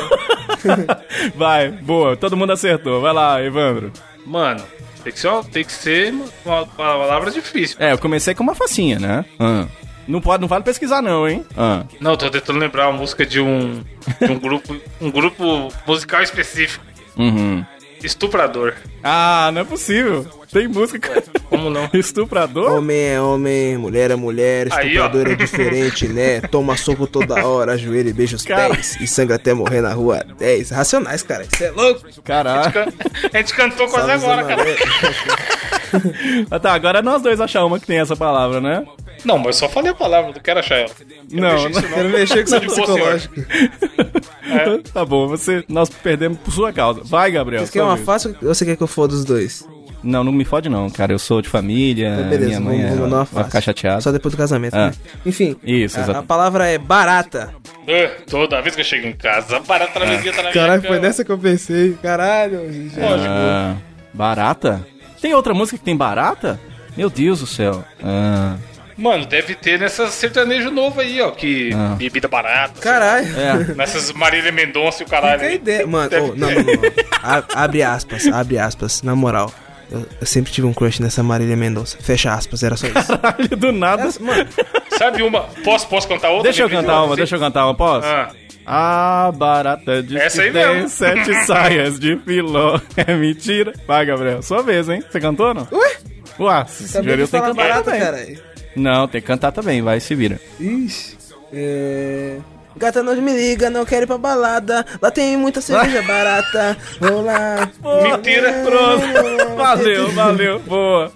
Vai, boa, todo mundo acertou. Vai lá, Evandro. Mano, tem que ser uma palavra difícil. Eu comecei com uma facinha, né? Não vale pesquisar não, hein? Não, tô tentando lembrar a música de um grupo musical específico. Uhum. Estuprador. Ah, não é possível. Tem música. Como não? Estuprador? Homem é homem, mulher é mulher, Aí, estuprador é diferente, né? Toma soco toda hora, ajoelha e beija os Cara. pés e sangra até morrer na rua 10. Racionais, cara. Isso é louco. Caralho. A gente cantou quase Salve, agora, Zé cara. Ah, tá, agora nós dois achar uma que tem essa palavra, né? Não, mas eu só falei a palavra, não quero achar ela. Não, Quero mexer com seu De boa, psicológico. Tá bom, nós perdemos por sua causa. Vai, Gabriel. Você quer uma sua vez. fácil ou você quer que eu foda os dois? Não me fode não, cara. Eu sou de família, Então, beleza, minha mãe vamos mandar uma vai fácil. ficar chateada. Só depois do casamento, né? Enfim, Isso, a exatamente. palavra é barata. Toda vez que eu chego em casa, barata na vizinha tá na minha Caralho, cama. foi nessa que eu pensei. Caralho, gente. Barata? Tem outra música que tem barata? Meu Deus do céu. Mano, deve ter nessas sertanejo novo aí, ó, que bebida barata. Caralho. Nessas Marília Mendonça e o caralho. Fica a ideia. Mano, Deve não. Abre aspas, na moral. Eu sempre tive um crush nessa Marília Mendonça. Fecha aspas, era só isso. Caralho, do nada. Mano, Sabe uma? Posso cantar outra? Deixa eu cantar uma, posso? A barata de Essa aí tem mesmo. 7 saias de filó. É mentira. Vai, Gabriel, sua vez, hein? Você cantou, não? Ué, se sabia sugeriu, de tem que falar cantar barata, também. cara. Não, tem que cantar também, vai, se vira. Ixi. Gata, não me liga, não quero ir pra balada. Lá tem muita cerveja barata. Vou lá. Mentira. Pronto. Valeu. Boa.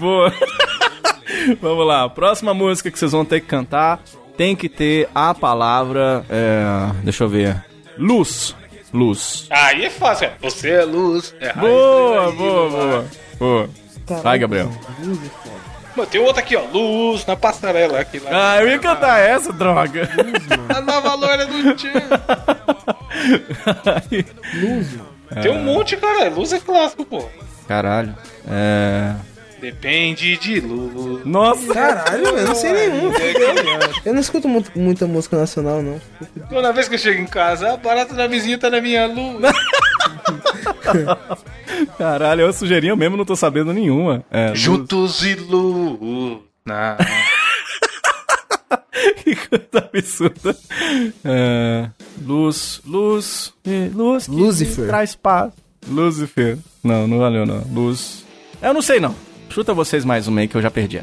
Vamos lá. Próxima música que vocês vão ter que cantar tem que ter a palavra. Deixa eu ver. Luz. Aí é fácil, cara. Você é luz. É raiz, Boa. Vai, Gabriel. Mano, tem outra aqui, ó. Luz na passarela. Aqui, lá. Eu ia cantar essa, droga. A nova loira do tio. Tem um monte, cara. Luz é clássico, pô. Caralho. Depende de luz. Nossa. Caralho, eu não sei nenhum. Eu não escuto muita música nacional, não. Toda vez que eu chego em casa, a barata da vizinha tá na minha luz. Caralho, eu sugeri, eu mesmo não tô sabendo nenhuma. Juntos e luz. Que coisa absurda. Luz. Lucifer. Traz paz. Lucifer. Não valeu não. Luz. Eu não sei não. Chuta vocês mais uma aí que eu já perdi.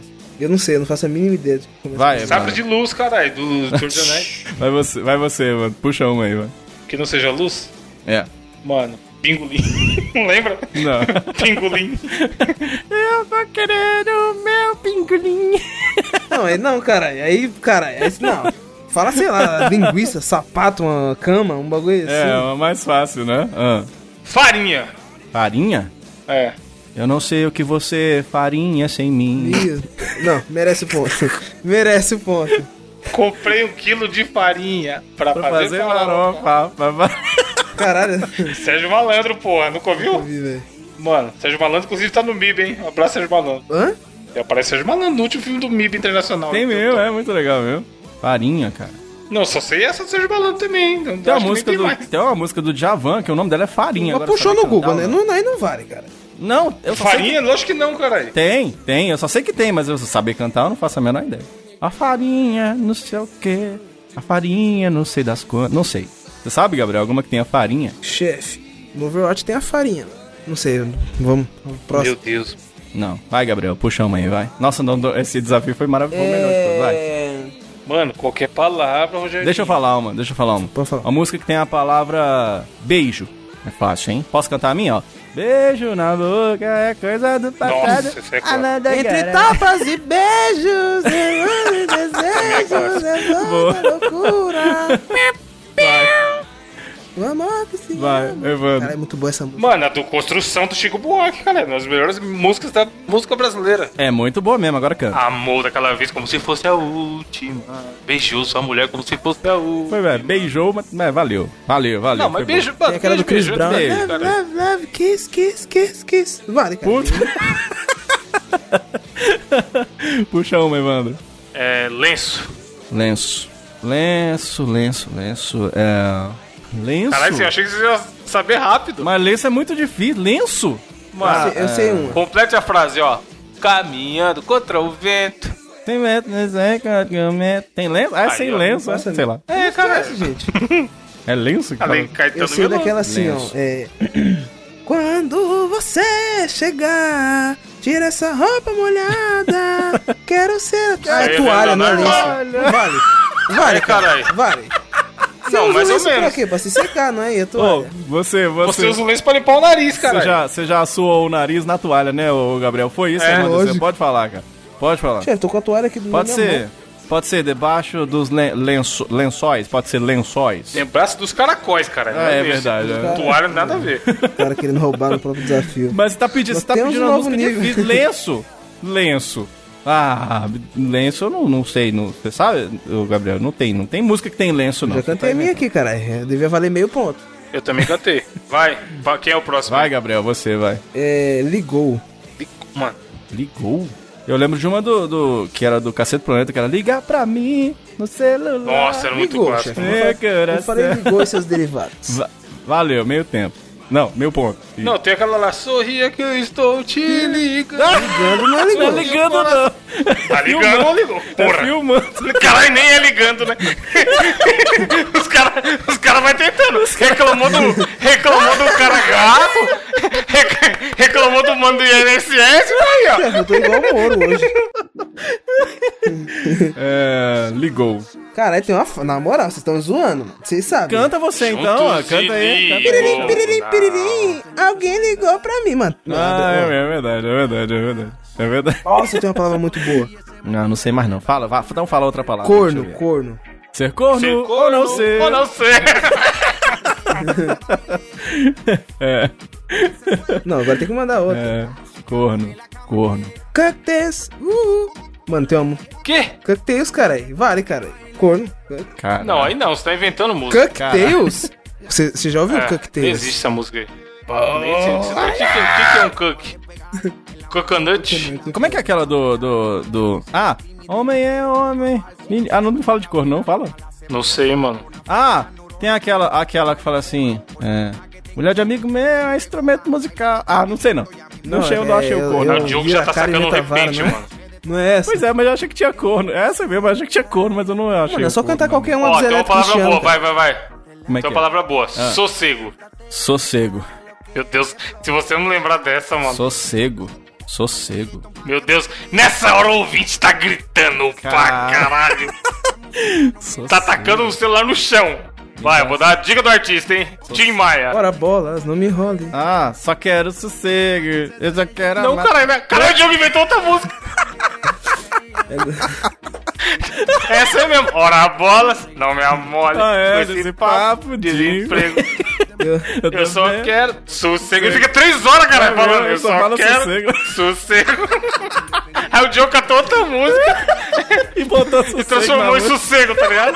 Eu não sei, eu não faço a mínima ideia. Vai, Sabre de luz, caralho, do Senhor dos Anéis. Vai você, mano. Puxa uma aí, mano. Que não seja luz? É. Mano, Pingolim. Não lembra? Não. Pingolim. Eu vou querer o meu pingolim. Não, caralho. Aí, não. Fala, sei lá, linguiça, sapato, uma cama, um bagulho assim. É, uma mais fácil, né? Farinha. Farinha? É. Eu não sei o que você farinha sem mim. Não, merece o ponto. Merece o ponto. Comprei 1 quilo de farinha pra fazer farofa. Caralho. Sérgio Malandro, porra, nunca ouviu? Vi, velho. Mano, Sérgio Malandro, inclusive, tá no MIB, hein? Um abraço, Sérgio Malandro. Hã? Aparece Sérgio Malandro no último filme do MIB Internacional. Tem mesmo, é muito legal mesmo. Farinha, cara. Não, só sei essa do Sérgio Malandro também. Não, Tem uma música do Djavan, que o nome dela é Farinha. Mas Agora puxou no sabe Google, cantar, né? Não, aí não vale, cara. Não, eu só Farinha? sei que... Lógico que não, caralho. Tem. Eu só sei que tem, mas eu saber cantar eu não faço a menor ideia. A farinha, não sei o quê. A farinha, não sei das quantas. Não sei. Você sabe, Gabriel, alguma que tenha farinha? Chefe, no Overwatch tem a farinha. Não sei, vamos. Próximo. Meu Deus. Não. Vai, Gabriel, puxa uma aí, vai. Nossa, não, esse desafio foi maravilhoso. Foi o melhor de todos, vai. Mano, qualquer palavra, Rogério. Deixa eu falar uma. Pode falar. Uma música que tem a palavra beijo. É fácil, hein? Posso cantar a minha, ó? Beijo na boca é coisa do passado. Nossa, isso é claro. Entre tapas e beijos, e desejos, é Boa. loucura. Vai, O amor que se vai, ama. Evandro. Cara, é muito boa essa música. Mano, a do Construção do Chico Buarque, cara. É uma das melhores músicas da música brasileira. É muito boa mesmo, agora canta. Amor daquela vez como se fosse a última. Beijou sua mulher como se fosse a última. Foi, velho. Beijou, mas valeu. Valeu. Não, mas foi beijo, bom. mano, Tem aquela do Chris beijo, Brown. beijo, Love, cara. love, love, kiss, kiss, kiss, kiss. Vale, cara. Puta. Puxa uma, Evandro. É, lenço. Lenço. Lenço. Caralho, eu achei que você ia saber rápido. Mas lenço é muito difícil. Lenço? Mano, Eu sei uma. complete a frase, ó. Caminhando contra o vento. Tem lenço, tem lenço? Ah, é Aí, sem ó, lenço, não faço sei lá. É, cara. Essa, gente. É lenço? Que Além fala? Caetano Eu sei Veloso. daquela assim, ó. Lenço. Quando você chegar, tira essa roupa molhada. Quero ser. Ah, é toalha, não é lenço. Vale. Vale, caralho. Vale. Você Não, usa mais ou lenço pra menos. quê? Pra se secar, não é? E a Ô, toalha? você Você usa o lenço pra limpar o nariz, cara. Você já suou o nariz na toalha, né, ô Gabriel? Foi isso que aconteceu. lógico. Pode falar, cara. Pode falar. Chefe, tô com a toalha aqui do Pode na minha ser. mão. Pode ser debaixo dos lençóis. Pode ser lençóis. Tem braço dos caracóis, cara. não É lenço. verdade. É. Toalha nada a ver. O cara querendo roubar no próprio desafio. Mas você tá pedindo, Nós temos uma um novo música nível. difícil. Lenço. Ah, lenço eu não sei. Você sabe, ô, Gabriel? Não tem música que tem lenço, não. Já cantei a minha aqui, cara. Devia valer meio ponto. Eu também cantei. Vai, quem é o próximo? Vai, Gabriel, você vai. Ligou. Mano, Ligou? Eu lembro de uma que era do Cacete Planeta, que era ligar pra mim no celular. nossa, era muito Ligou, clássico. chefe. É, Eu coração. falei ligou e seus derivados. Valeu, meio tempo. Não, meio ponto. Não, tem aquela lá, sorria que eu estou te ligando. Ligando não é ligou. Não é ligando, não. Tá ligando ou ligou? Tá Porra. filmando. Caralho, nem é ligando, né? os cara vai tentando. Reclamou do cara gato. Reclamou do mano do INSS. Aí, ó. Chefe, eu tô igual o Moro hoje. Ligou. Caralho, tem uma. Na moral, vocês estão zoando, mano. Vocês sabem. Canta você então, ó. Canta aí. Canta aí. Piririm, piririm, piririm. Alguém ligou pra mim, mano. É verdade. É verdade. Nossa, tem uma palavra muito boa. Não sei mais não. Então fala outra palavra. Corno, deixa eu ver. corno. Ser corno, Ser ou corno não ser. Ou não ser. Não, agora tem que mandar outra. Corno. Cactus. Mano, tem uma. Quê? Cactus, caralho. Vale, caralho. Corno. Cara. Não, aí não, você tá inventando música. Cactus? Você já ouviu É, Cactus? existe essa música aí. Nem sei. Você sabe o que é um cook? Coconut? Como é que é aquela do... Ah, homem é homem. Ah, não fala de corno, não? Fala. Não sei, mano. Ah, tem aquela que fala assim... mulher de amigo meu é instrumento musical. Ah, não sei não. Não achei o corno. O Diogo já tá sacando um repente, né? mano. Não é essa? Pois é, mas eu achei que tinha corno. Essa mesmo, eu achei que tinha corno, mas eu não achei. Mano, é só o corno, cantar não. qualquer uma Ó, dos tem uma elétricos palavra boa, Cristiano, vai. Como é Tem que uma palavra boa, sossego. Sossego. Meu Deus, se você não lembrar dessa, mano. Sossego. Sossego. Meu Deus, nessa hora o ouvinte tá gritando pra caralho. Tá tacando o celular no chão. Vai, eu vou dar a dica do artista, hein? Tim Maia. Ora bolas, não me enrole. Ah, só quero sossego. Eu já quero Não, caralho, o Diogo inventou outra música. Essa é mesmo. Ora bolas, não me amole. Com esse papo de desemprego. Eu só também. quero sossego. Ele fica 3 horas, cara, falando. Eu só quero sossego. Aí o Diogo catou outra música E botou sossego e transformou em sossego, tá ligado?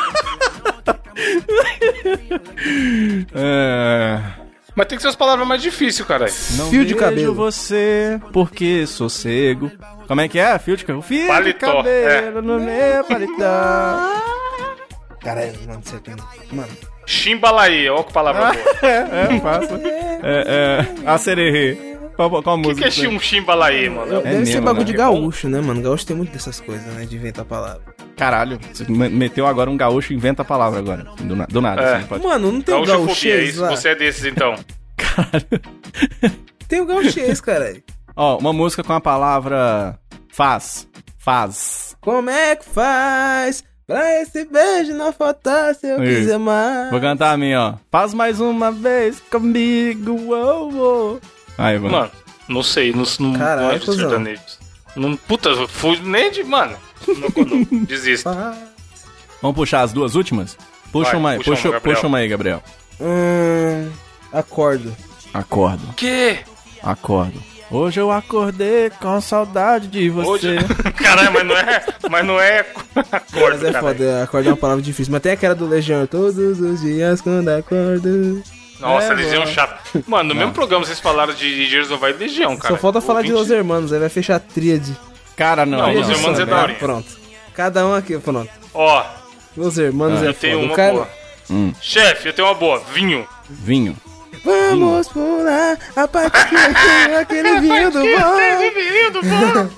Mas tem que ser as palavras mais difíceis, caralho. Não Fio de vejo cabelo. você, porque sossego. Como é que é? Fio de cabelo? Fio Paletó, de cabelo no meu paletó. Caralho, mano, você tem... Mano, Chimbalaí, olha que palavra boa. Fácil. Acererê. Qual a O música? que é um chimbalaí, mano? deve ser mesmo, bagulho né? de gaúcho, né, mano? Gaúcho tem muito dessas coisas, né? De inventar palavra. Caralho, você meteu agora um gaúcho e inventa a palavra agora. Do nada, assim, pode. Mano, não tem o Gaúchofobia, gaúchês isso? lá? Você é desses, então. Tem o gaúchês, caralho. Ó, uma música com a palavra faz. Faz. Como é que faz pra esse beijo não faltar se eu Isso. quiser mais? Vou cantar a minha, ó. Faz mais uma vez comigo, uou, uou. Aí, mano. Mano, não sei, não Caralho, é de cuzão. sertanejos. Não, puta, eu fui nem de... Mano, não, desisto. Vamos puxar as duas últimas? Puxa Vai, uma aí, puxa uma, Gabriel. puxa uma aí, Gabriel. Acordo. Acordo, Que? acordo. Hoje eu acordei com saudade de você. Hoje... Caralho, mas não é acordo, Mas é caralho. foda, acordo é uma palavra difícil. Mas tem aquela do Legião, todos os dias quando acordo. Nossa, É, Legião mano. chato. Mano, no mesmo programa vocês falaram de Gerson vai Legião, cara. Só falta falar de Los Hermanos, aí vai fechar a tríade. Cara, não. Não, aí Los Hermanos é da hora. Pronto. Cada um aqui, pronto. Ó, Los Hermanos é eu tenho foda. uma O cara... boa. Chefe, eu tenho uma boa. Vinho. Vinho. Vamos pular a parte que eu tenho aquele vinho do bom. Vinho do bom.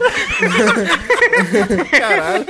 Caralho.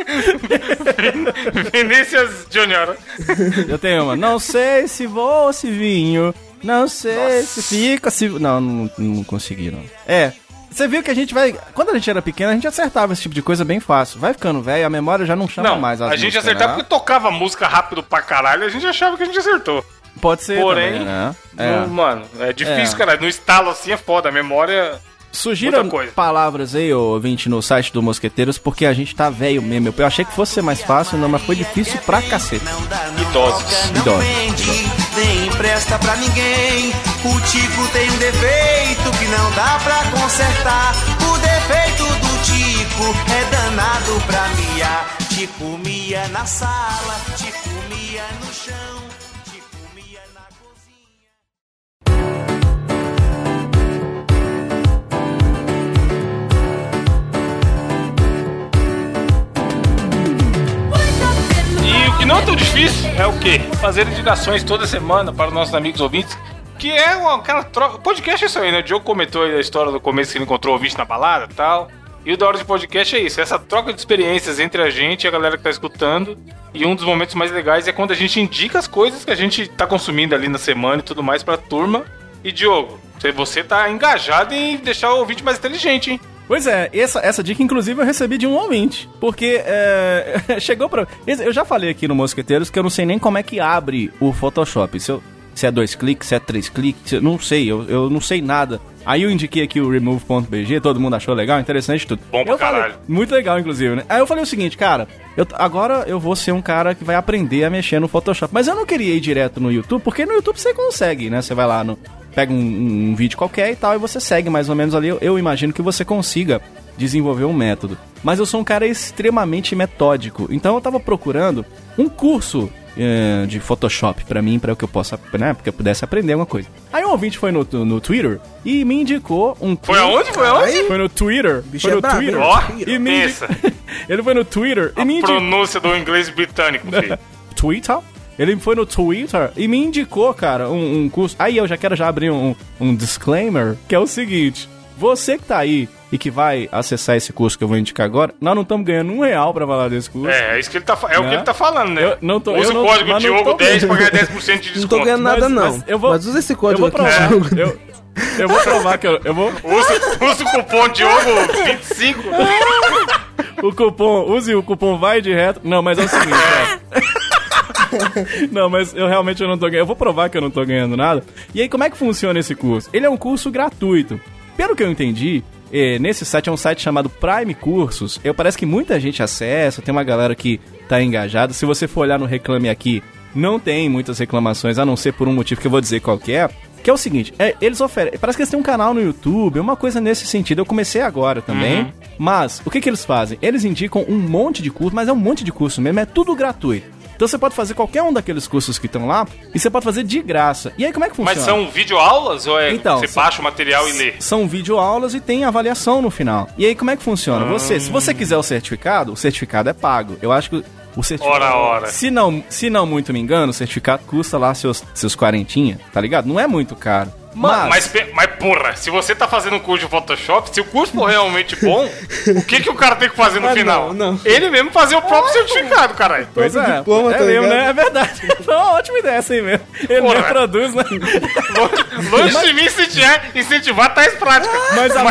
Vinícius Júnior. Eu tenho uma. Não sei se vou ou se vinho. Não sei se fica, se... Não consegui, não. Você viu que a gente vai... Quando a gente era pequeno, a gente acertava esse tipo de coisa bem fácil. Vai ficando velho, a memória já não chama Não, mais as a gente músicas, acertava né? porque tocava música rápido pra caralho e a gente achava que a gente acertou. Pode ser Porém, também, né? não, mano, é difícil, cara. No estalo assim é foda, a memória... Sugira Outra coisa. palavras aí, ô ouvinte, no site do Mosqueteiros, porque a gente tá velho mesmo. Eu achei que fosse ser mais fácil, não, mas foi difícil pra cacete. Idosos. Idosos. Nem empresta pra ninguém. O Tico tem um defeito que não dá pra consertar. O defeito do Tico é danado pra miar. Tico mia na sala, Tico mia no chão, Tico mia na cozinha. E o que não é tão difícil é o quê? Fazer indicações toda semana para os nossos amigos ouvintes. Que é aquela troca. Podcast é isso aí, né? O Diogo comentou aí a história do começo que ele encontrou ouvinte na balada e tal. E o da hora de podcast é isso, essa troca de experiências entre a gente e a galera que tá escutando. E um dos momentos mais legais é quando a gente indica as coisas que a gente tá consumindo ali na semana e tudo mais pra turma. E Diogo, você tá engajado em deixar o ouvinte mais inteligente, hein? Pois é, essa dica, inclusive, eu recebi de um ouvinte. Porque chegou pra... Eu já falei aqui no Mosqueteiros que eu não sei nem como é que abre o Photoshop. Se é 2 cliques, se é 3 cliques, eu não sei, eu não sei nada. Aí eu indiquei aqui o remove.bg, todo mundo achou legal, interessante tudo. Bom pra falei, caralho. muito legal, inclusive, né? Aí eu falei o seguinte, cara, agora eu vou ser um cara que vai aprender a mexer no Photoshop. Mas eu não queria ir direto no YouTube, porque no YouTube você consegue, né? Você vai lá, pega um vídeo qualquer e tal, e você segue mais ou menos ali. Eu imagino que você consiga desenvolver um método. Mas eu sou um cara extremamente metódico, então eu tava procurando um curso de Photoshop pra mim, pra que eu possa, né, porque eu pudesse aprender alguma coisa. Aí um ouvinte foi no Twitter e me indicou um curso. Foi aonde? Foi aonde? Foi no Twitter. Bicho Foi é no brabo, Twitter. hein? Ó, E me pensa. Ele foi no Twitter e me indicou. Pronúncia do inglês britânico, filho. Twitter? Ele foi no Twitter e me indicou, cara, um curso. Aí eu já quero abrir um disclaimer, que é o seguinte: você que tá aí e que vai acessar esse curso que eu vou indicar agora, nós não estamos ganhando R$1 pra falar desse curso. É isso que ele tá, o que ele tá falando, né? Eu não tô- Usa eu não- o código mas não Diogo tô- 10 pra ganhar 10% de desconto. Não tô ganhando nada, não. mas eu vou- Mas usa esse Eu código vou aqui. provar. Eu vou provar que eu vou... Usa o cupom Diogo25. Use o cupom vai de reto. Não, mas é o seguinte, Não, mas eu realmente não tô ganhando. Eu vou provar que eu não tô ganhando nada. E aí, como é que funciona esse curso? Ele é um curso gratuito. Pelo que eu entendi, nesse site é um site chamado Prime Cursos. Parece que muita gente acessa, tem uma galera que tá engajada. Se você for olhar no Reclame Aqui, não tem muitas reclamações, a não ser por um motivo que eu vou dizer qual que é. Que é o seguinte, eles oferecem... Parece que eles têm um canal no YouTube, uma coisa nesse sentido. Eu comecei agora também. Mas, o que eles fazem? Eles indicam um monte de curso, mas é um monte de curso mesmo, é tudo gratuito. Então você pode fazer qualquer um daqueles cursos que estão lá e você pode fazer de graça. E aí como é que funciona? Mas são videoaulas ou então, você baixa o material e lê? São videoaulas e tem avaliação no final. E aí como é que funciona? Se você quiser o certificado é pago. Eu acho que o certificado... Ora. Se não muito me engano, o certificado custa lá seus 40, tá ligado? Não é muito caro. Mas porra, se você tá fazendo um curso de Photoshop, se o curso for realmente bom, o que o cara tem que fazer no final? Não. Ele mesmo fazer o próprio certificado, caralho. Pois é, diploma, tá mesmo, ligado? né? É verdade. Foi uma ótima ideia essa aí mesmo. Ele mesmo produz, né? Longe de mim incentivar tais práticas.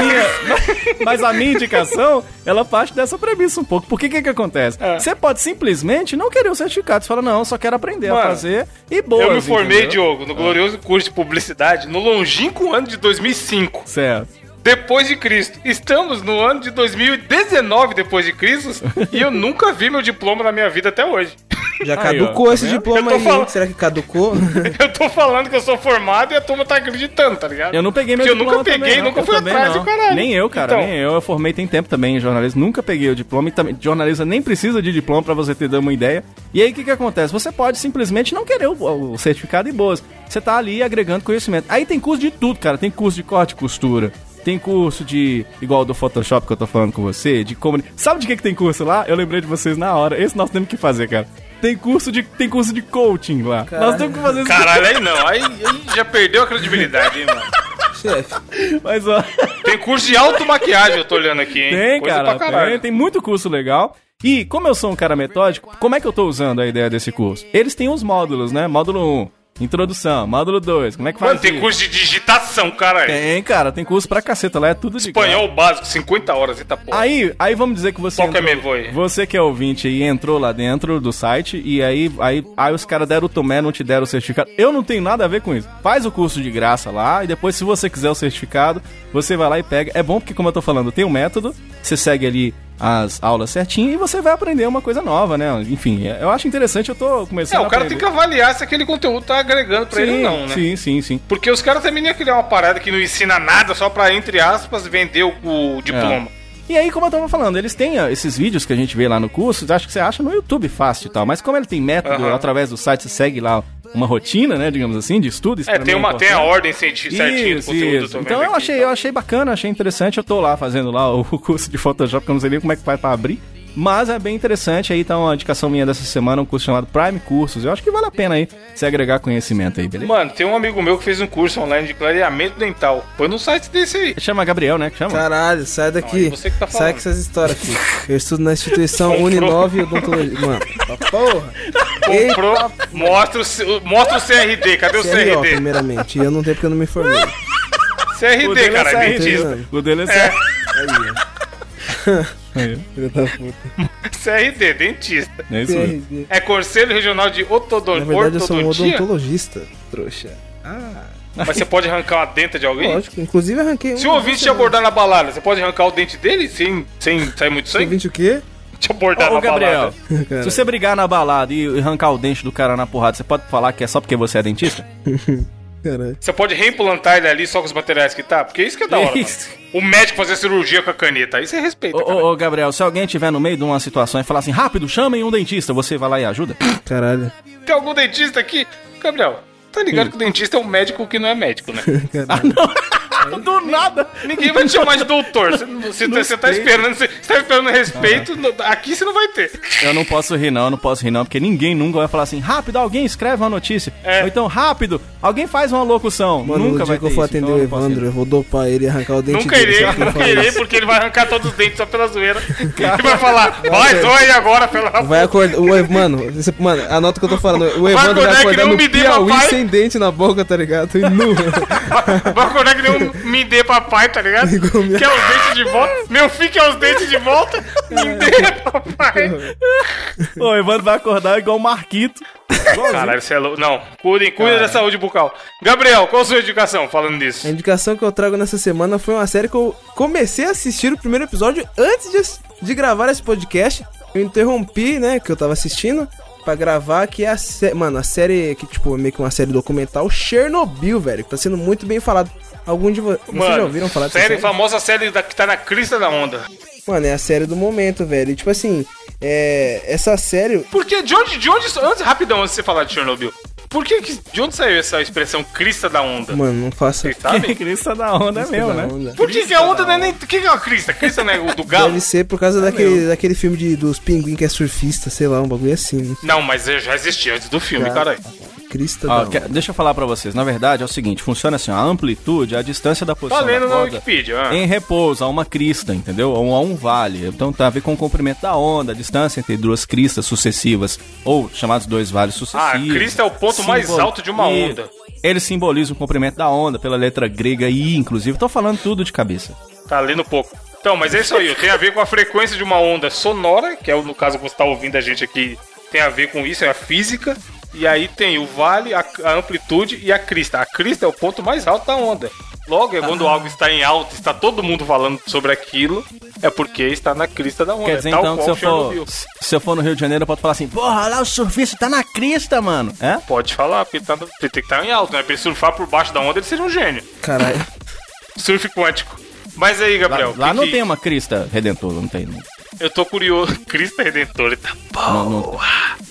Mas a minha indicação, ela parte dessa premissa um pouco. Porque que acontece? Você pode simplesmente não querer o certificado. Você fala, não, eu só quero aprender a fazer e boa. Eu me formei, Diogo, no glorioso curso de publicidade, no longínquo ano de 2005. Certo. Depois de Cristo. Estamos no ano de 2019 depois de Cristo e eu nunca vi meu diploma na minha vida até hoje. Já caducou esse diploma aí, falando... Será que caducou? Eu tô falando que eu sou formado e a turma tá acreditando, tá ligado? Eu não peguei meu diploma. Porque eu nunca peguei, nunca fui atrás do caralho. Nem eu, cara, nem eu. Eu formei tem tempo também em jornalismo, nunca peguei o diploma. E também, jornalista nem precisa de diploma pra você ter uma ideia. E aí o que acontece? Você pode simplesmente não querer o certificado e boas. Você tá ali agregando conhecimento. Aí tem curso de tudo, cara. Tem curso de corte e costura. Tem curso de... Igual do Photoshop que eu tô falando com você. De como... Sabe de que tem curso lá? Eu lembrei de vocês na hora. Esse nós temos que fazer, cara. Tem curso de coaching lá. Caralho. Nós temos que fazer isso. Caralho, aí não. Aí já perdeu a credibilidade, hein, mano. Chefe. Mas, ó... Tem curso de automaquiagem, eu tô olhando aqui, hein? Tem, Coisa cara. pra caralho. Tem muito curso legal. E, como eu sou um cara metódico, como é que eu tô usando a ideia desse curso? Eles têm os módulos, né? Módulo 1. Introdução, módulo 2, como é que faz? Mano, tem curso de digitação, caralho. Tem, cara, tem curso pra caceta lá, é tudo de Espanhol básico, 50 horas, eita porra. Aí vamos dizer que você você que é ouvinte aí, entrou lá dentro do site e aí os caras deram o tomé, não te deram o certificado. Eu não tenho nada a ver com isso. Faz o curso de graça lá e depois, se você quiser o certificado, você vai lá e pega. É bom porque, como eu tô falando, tem um método, você segue ali as aulas certinho e você vai aprender uma coisa nova, né? Enfim, eu acho interessante, eu tô começando a o cara tem que avaliar se aquele conteúdo tá agregando pra ele ou não, né? Sim. Porque os caras também iam criar uma parada que não ensina nada só pra, entre aspas, vender o diploma. E aí, como eu tava falando, eles têm esses vídeos que a gente vê lá no curso, acho que você acha no YouTube fácil e tal, mas como ele tem método, através do site você segue lá uma rotina, né, digamos assim, de estudo. Tem a ordem certinha do conteúdo. Então eu achei bacana, achei interessante. Eu tô lá fazendo lá o curso de Photoshop, que eu não sei nem como é que faz pra abrir. Mas é bem interessante. Aí tá uma indicação minha dessa semana, um curso chamado Prime Cursos. Eu acho que vale a pena aí você agregar conhecimento aí, beleza? Mano, tem um amigo meu que fez um curso online de clareamento dental. Põe no site desse aí. Chama Gabriel, né? Que chama? Caralho, sai daqui. Não, você que tá falando. Sai com essas histórias aqui. Eu estudo na instituição Uninove Odontologia. Mano, porra. Comprou. Mostra o CRD. Cadê o CRO, CRD? primeiramente. E eu não tenho porque eu não me formei. CRD, cara. É dentista. O dele é Filho da puta. CRD, dentista. É isso mesmo. É Conselho Regional de Ortodontia. Na verdade, eu sou um odontologista, trouxa. Mas você pode arrancar uma denta de alguém? Lógico, inclusive arranquei Se o ouvinte te abordar na balada, você pode arrancar o dente dele sem sair muito Se o sangue? ouvinte o quê? Te abordar na Gabriel, balada. se você brigar na balada e arrancar o dente do cara na porrada, você pode falar que é só porque você é dentista? Caralho. Você pode reimplantar ele ali só com os materiais que tá? Porque isso que é da hora. O médico fazer cirurgia com a caneta, aí você respeita. Ô, Gabriel, se alguém estiver no meio de uma situação e falar assim, rápido, chamem um dentista, você vai lá e ajuda? Caralho. Tem algum dentista aqui? Gabriel, tá ligado que o dentista é um médico que não é médico, né? Caralho. Do nada. Ninguém vai te chamar de doutor. Você tá esperando respeito, aqui você não vai ter. Eu não posso rir não, porque ninguém nunca vai falar assim, rápido, alguém escreve uma notícia. Ou então, rápido, alguém faz uma locução. Mano, nunca vai ter que eu for isso, atender o Evandro, eu vou dopar ele e arrancar o dente dele. Nunca irei, porque ele vai arrancar todos os dentes só pela zoeira. Ele vai falar, vai, zoa aí agora, pela vai acordar, mano, anota o que eu tô falando. O Evandro vai acordar no Piauí sem dente na boca, tá ligado? E nu. Vai acordar que nem um me dê papai, tá ligado? Quer os dentes de volta? Meu filho quer os dentes de volta? Me dê papai. O Evandro vai acordar igual o Marquito. Caralho, você é louco. Não, cuidem da saúde bucal. Gabriel, qual a sua indicação falando nisso? A indicação que eu trago nessa semana foi uma série que eu comecei a assistir o primeiro episódio antes de gravar esse podcast. Eu interrompi, né, que eu tava assistindo pra gravar, que é a série que, tipo, é meio que uma série documental, Chernobyl, velho, que tá sendo muito bem falado. Algum de vocês já ouviram falar dessa série? Famosa série que tá na crista da onda. Mano, é a série do momento, velho. E, tipo assim, essa série... Porque de onde rapidão, antes de você falar de Chernobyl, de onde saiu essa expressão crista da onda? Mano, não faço... Vocês sabem? Crista da onda crista é meu, né? Onda. Por que a onda não é nem... O que é uma crista? Crista não é o do galo? Deve ser por causa daquele filme dos pinguim que é surfista, sei lá, um bagulho assim. Não, mas já existia antes do filme, caralho. Crista da onda. Deixa eu falar pra vocês. Na verdade, é o seguinte, funciona assim, a amplitude, a distância da posição lendo da na corda Wikipedia. em repouso, a uma crista, entendeu? Ou a um vale. Então tem a ver com o comprimento da onda, a distância entre duas cristas sucessivas, ou chamados dois vales sucessivos. A crista é o ponto mais alto de uma onda. Ele simboliza o comprimento da onda pela letra grega I, inclusive. Tô falando tudo de cabeça. Tá lendo pouco. Então, mas é isso aí. Tem a ver com a frequência de uma onda sonora, que é no caso que você tá ouvindo a gente aqui, tem a ver com isso, é a física. E aí tem o vale, a amplitude e a crista. A crista é o ponto mais alto da onda. Logo, quando algo está em alta, está todo mundo falando sobre aquilo, é porque está na crista da onda. Quer dizer, então, que se eu for no Rio de Janeiro, eu posso falar assim, porra, lá o surfista tá na crista, mano. É? Pode falar, porque tem que estar em alto, né? Pra ele surfar por baixo da onda, ele seria um gênio. Caralho. Surf quântico. Mas aí, Gabriel... Lá não tem uma crista redentora, não tem. Não. Eu tô curioso. Crista redentora, tá bom. Não.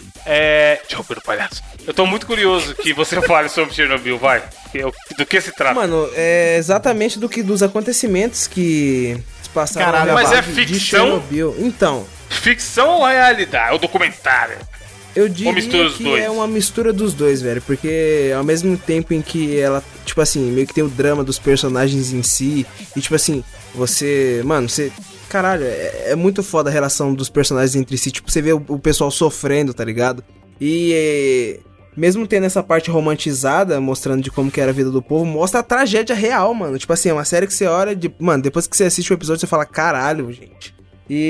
Jogo do palhaço. Eu tô muito curioso que você fale sobre Chernobyl, vai. Do que se trata? Mano, é exatamente dos acontecimentos que se passaram. Caralho, mas é ficção? Então. Ficção ou realidade? Ou documentário? Eu diria que é uma mistura dos dois, velho. Porque ao mesmo tempo em que ela, tipo assim, meio que tem o drama dos personagens em si. E tipo assim, caralho, é muito foda a relação dos personagens entre si. Tipo, você vê o pessoal sofrendo, tá ligado? E mesmo tendo essa parte romantizada, mostrando de como que era a vida do povo, mostra a tragédia real, mano. Tipo assim, é uma série que você olha mano, depois que você assiste o episódio, você fala, caralho, gente.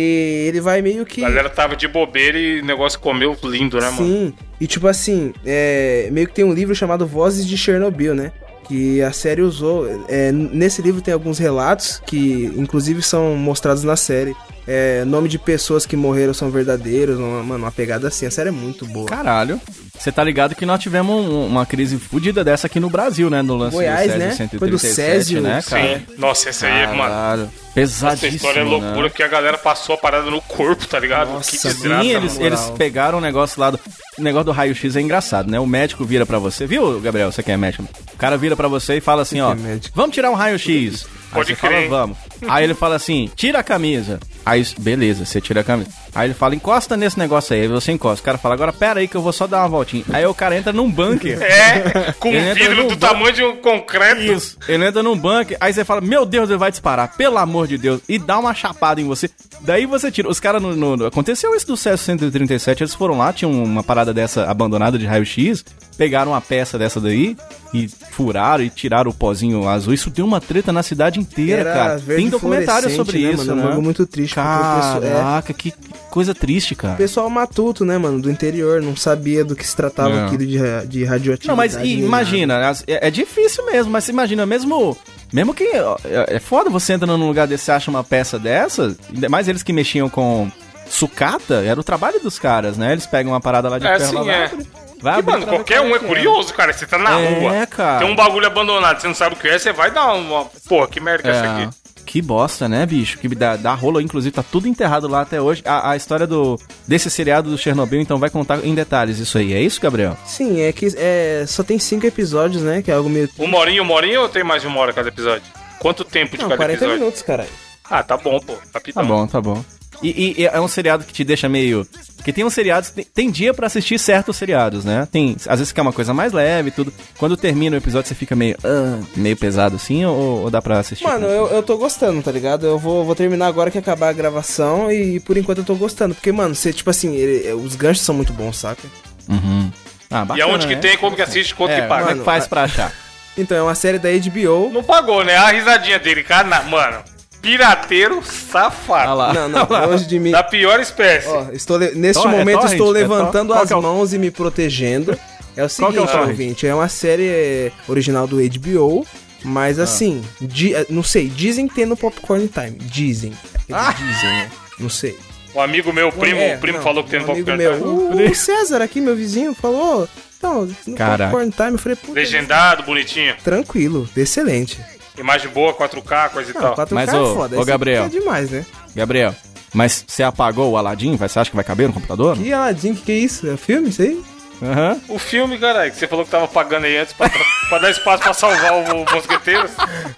E ele vai meio que... A galera tava de bobeira e o negócio comeu lindo, né, mano? Sim, e tipo assim, meio que tem um livro chamado Vozes de Chernobyl, né? Que a série usou. Nesse livro tem alguns relatos que, inclusive, são mostrados na série. Nome de pessoas que morreram são verdadeiros. Uma pegada assim. A série é muito boa. Caralho. Você tá ligado que nós tivemos uma crise fodida dessa aqui no Brasil, né? No lance Goiás, do Césio, né? 137, Foi do Césio, né, cara? Sim. Nossa, essa aí é, mano... Pesadíssimo, essa história é loucura, né? Porque a galera passou a parada no corpo, tá ligado? Nossa, que desgraça, sim, eles pegaram o negócio lá O negócio do raio-x é engraçado, né? O médico vira pra você, viu, Gabriel? Você que é médico? O cara vira pra você e fala assim, ó, vamos tirar um raio-x. Aí Pode você fala, vamos. Aí ele fala assim, tira a camisa. Aí, beleza, você tira a camisa. Aí ele fala, encosta nesse negócio aí você encosta. O cara fala, agora pera aí que eu vou só dar uma voltinha. Aí o cara entra num bunker. Com um vidro do tamanho de um concreto. Isso, ele entra num bunker. Aí você fala, meu Deus, ele vai disparar, pelo amor de Deus. E dá uma chapada em você. Daí você tira. Os caras, aconteceu isso do Césio 137, eles foram lá, tinham uma parada dessa abandonada de raio-x, pegaram uma peça dessa daí e furaram e tiraram o pozinho azul. Isso deu uma treta na cidade inteira, cara. Tem documentário sobre isso, mano, né? É muito triste. Caraca, que coisa triste, cara. O pessoal matuto, né, mano, do interior, não sabia do que se tratava aquilo de radioatividade. Não, mas imagina, é difícil mesmo, mas imagina, mesmo que é foda você entra num lugar desse e acha uma peça dessa, ainda mais eles que mexiam com sucata, era o trabalho dos caras, né? Eles pegam uma parada lá de ferro lá. Vai abrir, mano, qualquer um é curioso, cara. Você tá na rua, cara. Tem um bagulho abandonado, você não sabe o que é, você vai dar uma... Porra, que merda que é essa aqui? Que bosta, né, bicho? Que dá rolo, inclusive, tá tudo enterrado lá até hoje. A história desse seriado do Chernobyl, então, vai contar em detalhes isso aí. É isso, Gabriel? Sim, é que só tem 5 episódios, né? Que é algo meio... Uma horinha ou tem mais de uma hora cada episódio? Quanto tempo de cada 40 episódio? minutos, caralho. Ah, tá bom, pô. Rapidão. Tá bom. E é um seriado que te deixa meio... Porque tem uns seriados... Tem dia pra assistir certos seriados, né? Às vezes que é uma coisa mais leve e tudo. Quando termina o episódio, você fica meio pesado assim, ou dá pra assistir? Mano, eu tô gostando, tá ligado? Eu vou terminar agora que acabar a gravação e por enquanto eu tô gostando. Porque, mano, você, tipo assim, os ganchos são muito bons, saca? Uhum. Ah, bacana, e aonde que né? tem, como que assiste, quanto que paga? Como é que faz pra achar? Então, é uma série da HBO. Não pagou, né? A risadinha dele, cara, mano. Pirateiro safado. Ah lá. Não, longe de mim. Da pior espécie. Ó, neste momento torrent? estou levantando Qual as que é o- mãos e me protegendo. É o Qual que é o seguinte, torrent? ouvinte, é uma série original do HBO, mas assim, não sei, dizem que tem no Popcorn Time. Dizem. Dizem, né? Não sei. Um amigo meu, o primo falou que tem no amigo Popcorn meu, Time. o César aqui, meu vizinho, falou, então, no Caraca. Popcorn Time, eu falei, puta, Legendado, bonitinho. tranquilo, excelente. Imagem boa, 4K, coisa e Não, tal. 4K Mas, é ô, foda, ô, aí você Gabriel. quer demais, né? Gabriel, mas você apagou o Aladdin? Você acha que vai caber no computador? Que Aladdin, que é isso? É filme isso aí? Aham. O filme, caralho, que você falou que tava pagando aí antes pra dar espaço pra salvar o Mosqueteiros.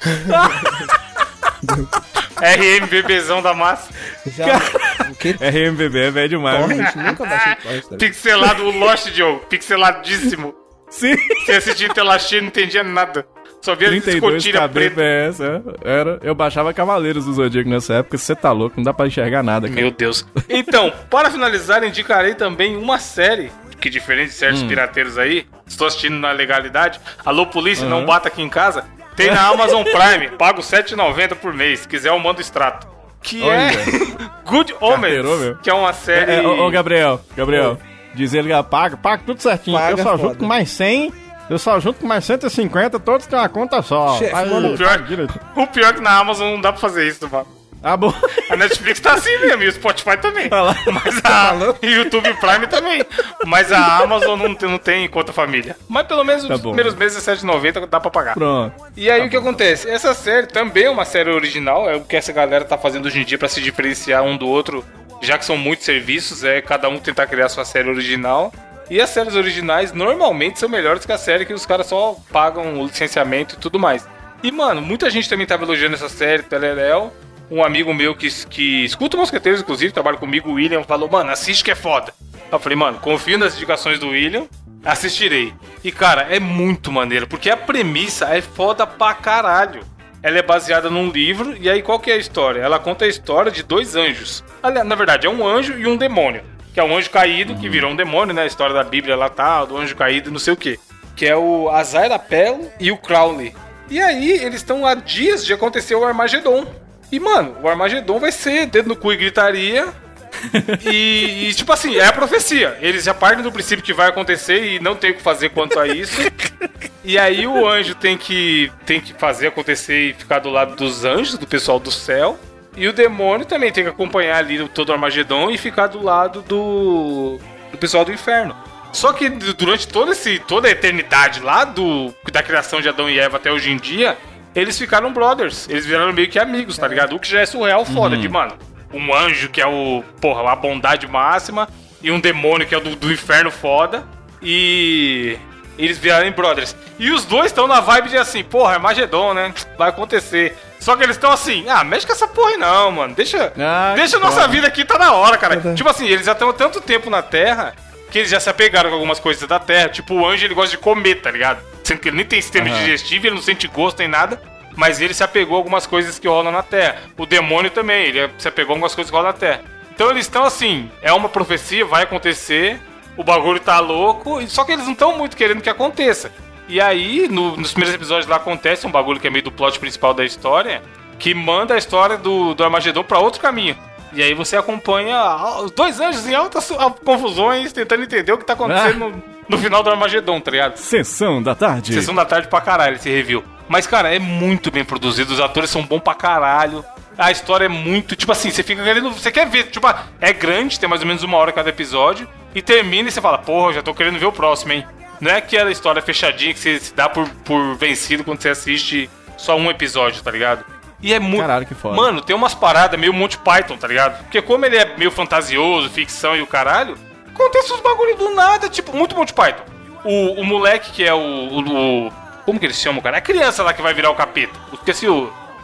RMVBzão da massa. Já, o que? RMVB é velho demais. Torrent? Nunca baixei Torrent. Pixelado, o Lost, Diogo. Pixeladíssimo. Sim. Você assistia em tela cheia, não entendia nada. Só via 32 escotilha preta. kbps, eu baixava Cavaleiros do Zodíaco nessa época, você tá louco, não dá pra enxergar nada, cara. Meu Deus. Então, para finalizar, indicarei também uma série que, diferente de certos pirateiros aí, estou assistindo na legalidade. Alô, polícia, não bata aqui em casa. Tem na Amazon Prime, pago R$7,90 por mês. Se quiser, eu mando extrato. Que Olha. é Good Carteirou, Omens, meu. que é uma série... Ô, Gabriel, diz ele que paga tudo certinho. Paga eu só foda. junto com mais 100, eu só junto com mais 150, todos têm uma conta só. Chefe, Aí, mano, O pior é que na Amazon não dá pra fazer isso, mano. Ah, bom. A Netflix tá assim mesmo, e o Spotify também. Olha lá. Mas e o YouTube Prime também. Mas a Amazon não tem conta família. Mas pelo menos Tá os bom. primeiros meses é R$7,90, dá pra pagar. Pronto. E aí o que acontece? Essa série também é uma série original, é o que essa galera tá fazendo hoje em dia pra se diferenciar um do outro, já que são muitos serviços, é cada um tentar criar sua série original. E as séries originais normalmente são melhores que a série que os caras só pagam o licenciamento e tudo mais. E mano, muita gente também tava elogiando essa série, Teleréu. Um amigo meu que escuta o Mosqueteiros, inclusive, trabalha comigo, o William, falou, mano, assiste que é foda. Eu falei, mano, confio nas indicações do William, assistirei. E, cara, é muito maneiro, porque a premissa é foda pra caralho. Ela é baseada num livro, e aí qual que é a história? Ela conta a história de dois anjos. Aliás, na verdade, é um anjo e um demônio. Que é um anjo caído, que virou um demônio, né? A história da Bíblia lá tá, do anjo caído e não sei o quê. Que é o Aziraphale e o Crowley. E aí, eles estão há dias de acontecer o Armagedon. E, mano, o Armagedon vai ser dedo no cu e gritaria. E, tipo assim, é a profecia. Eles já partem do princípio que vai acontecer e não tem o que fazer quanto a isso. E aí o anjo tem que fazer acontecer e ficar do lado dos anjos, do pessoal do céu. E o demônio também tem que acompanhar ali todo o Armagedon e ficar do lado do pessoal do inferno. Só que durante toda a eternidade lá da criação de Adão e Eva até hoje em dia, eles ficaram brothers. Eles viraram meio que amigos, tá ligado? O que já é surreal foda, de mano. Um anjo que é a bondade máxima e um demônio que é do inferno foda. E eles viraram brothers. E os dois estão na vibe de assim, porra, Armagedon, né? Vai acontecer. Só que eles estão assim, mexe com essa porra aí não, mano. Deixa a nossa vida aqui, tá na hora, cara. Tipo assim, eles já estão há tanto tempo na Terra que eles já se apegaram com algumas coisas da Terra. Tipo, o anjo, ele gosta de comer, tá ligado? Sendo que ele nem tem sistema digestivo, ele não sente gosto nem nada. Mas ele se apegou a algumas coisas que rolam na Terra. O demônio também, ele se apegou a algumas coisas que rolam na Terra. Então eles estão assim, é uma profecia, vai acontecer, o bagulho tá louco, só que eles não estão muito querendo que aconteça. E aí, nos primeiros episódios lá acontece um bagulho que é meio do plot principal da história, que manda a história do Armagedon pra outro caminho. E aí você acompanha os dois anjos em altas confusões, tentando entender o que tá acontecendo no final do Armagedon, tá ligado? Sessão da tarde. Sessão da tarde pra caralho esse review. Mas, cara, é muito bem produzido, os atores são bons pra caralho. A história é muito, tipo assim, você fica querendo, você quer ver, tipo, é grande, tem mais ou menos 1 hora cada episódio, e termina e você fala, porra, já tô querendo ver o próximo, hein? Não é aquela história fechadinha que você se dá por vencido quando você assiste só um episódio, tá ligado? E é muito... Caralho, que foda. Mano, tem umas paradas meio Monty Python, tá ligado? Porque como ele é meio fantasioso, ficção e o caralho, acontece uns bagulho do nada, tipo, muito Monty Python. O moleque que é como que eles chamam, cara? É a criança lá que vai virar o capeta. Esqueci o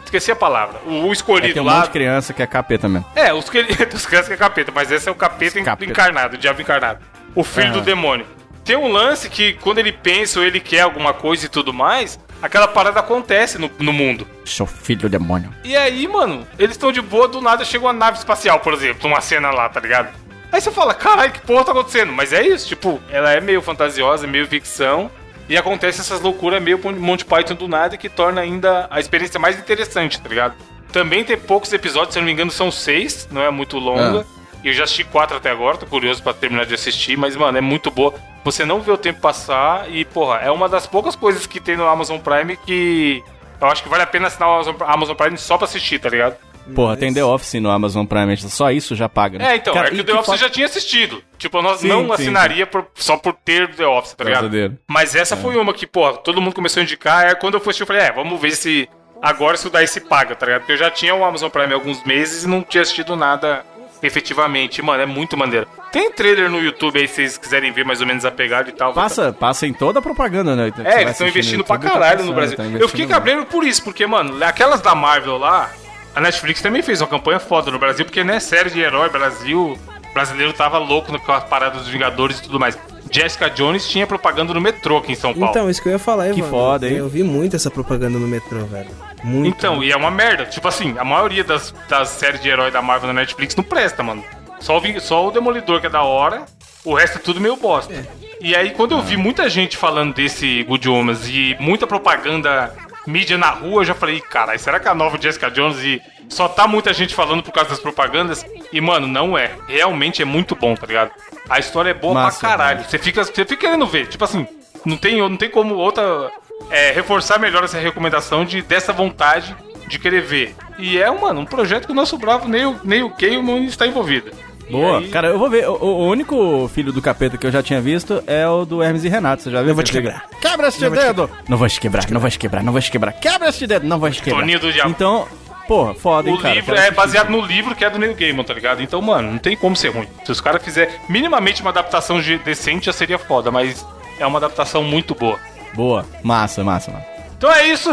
Esqueci a palavra. O escolhido tem um lá. monte de criança que é capeta mesmo. Os crianças que é capeta, mas esse é o capeta encarnado, o diabo encarnado. O filho do demônio. Tem um lance que quando ele pensa ou ele quer alguma coisa e tudo mais, aquela parada acontece no mundo. Seu filho do demônio. E aí, mano, eles estão de boa, do nada chega uma nave espacial, por exemplo, uma cena lá, tá ligado? Aí você fala, caralho, que porra tá acontecendo? Mas é isso, tipo, ela é meio fantasiosa, meio ficção. E acontece essas loucuras meio Monty Python do nada que torna ainda a experiência mais interessante, tá ligado? Também tem poucos episódios, se eu não me engano são 6, não é muito longa. Eu já assisti 4 até agora, tô curioso pra terminar de assistir, mas, mano, é muito boa. Você não vê o tempo passar e, porra, é uma das poucas coisas que tem no Amazon Prime que eu acho que vale a pena assinar o Amazon Prime só pra assistir, tá ligado? Porra, tem The Office no Amazon Prime, só isso já paga, né? Então, cara, é que o The Office eu já tinha assistido. Tipo, nós não assinaria só por ter The Office, tá ligado? Mas essa foi uma que, porra, todo mundo começou a indicar. Aí quando eu fui assistir, eu falei, vamos ver se agora isso daí se paga, tá ligado? Porque eu já tinha o Amazon Prime há alguns meses e não tinha assistido nada efetivamente. Mano, é muito maneiro. Tem trailer no YouTube aí, se vocês quiserem ver mais ou menos a pegada e tal. Passa em toda a propaganda, né? Eles estão investindo pra caralho no Brasil. Eu fiquei cabreiro por isso, porque, mano, aquelas da Marvel lá, a Netflix também fez uma campanha foda no Brasil, porque, né, série de herói, o brasileiro tava louco com as paradas dos Vingadores e tudo mais. Jessica Jones tinha propaganda no metrô aqui em São Paulo. Então, isso que eu ia falar, Que foda, hein? Eu vi muito essa propaganda no metrô, velho. Muito. Então, e é uma merda. Tipo assim, a maioria das séries de herói da Marvel na Netflix não presta, mano. Só o Demolidor que é da hora, o resto é tudo meio bosta. E aí, quando eu vi muita gente falando desse Good Omens e muita propaganda mídia na rua, eu já falei, caralho, será que é a nova Jessica Jones e só tá muita gente falando por causa das propagandas? E, mano, não é. Realmente é muito bom, tá ligado? A história é boa pra caralho. Você fica querendo ver. Tipo assim, não tem como outra reforçar melhor essa recomendação dessa vontade de querer ver. E é, mano, um projeto que o nosso bravo Neil Gaiman está envolvido. Boa. Aí... Cara, eu vou ver. O único filho do capeta que eu já tinha visto é o do Hermes e Renato. Você já viu? Eu vou te quebrar. Quebra este dedo! Não vou te quebrar, não vou te quebrar, não vou te quebrar. Quebra este dedo, não vou te quebrar. Toninho do Diabo. Então, porra, foda, hein, cara. O livro é baseado no livro que é do Neil Gaiman, tá ligado? Então, mano, não tem como ser ruim. Se os caras fizerem minimamente uma adaptação decente, já seria foda, mas é uma adaptação muito boa. Boa. Massa. Então é isso.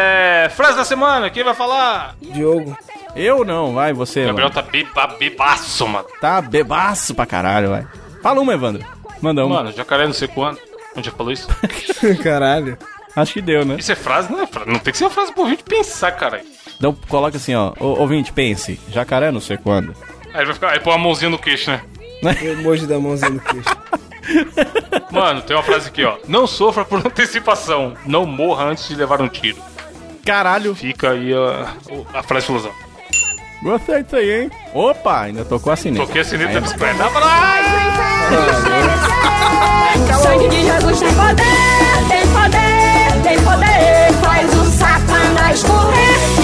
Frase da semana, quem vai falar? Diogo. Eu não, vai, você, Gabriel mano. tá bebaço, mano. Tá bebaço pra caralho, vai. Fala uma, Evandro. Manda uma. Mano, jacaré não sei quando. Onde já falou isso? Caralho. Acho que deu, né? Isso é frase? Não é frase. Não tem que ser uma frase pro ouvinte pensar, caralho. Então coloca assim, ó. Ouvinte, pense. Jacaré não sei quando. Aí ele vai ficar. Aí põe uma mãozinha no queixo, né? O emoji da mãozinha no queixo. Mano, tem uma frase aqui, ó. Não sofra por antecipação. Não morra antes de levar um tiro. Caralho. Fica aí a frase filosófica. Gostei disso aí, hein? Opa, ainda tocou a sineta. Toquei a sineta da bicicleta. O sangue de Jesus tem poder, tem poder, tem poder. Faz o Satanás correr.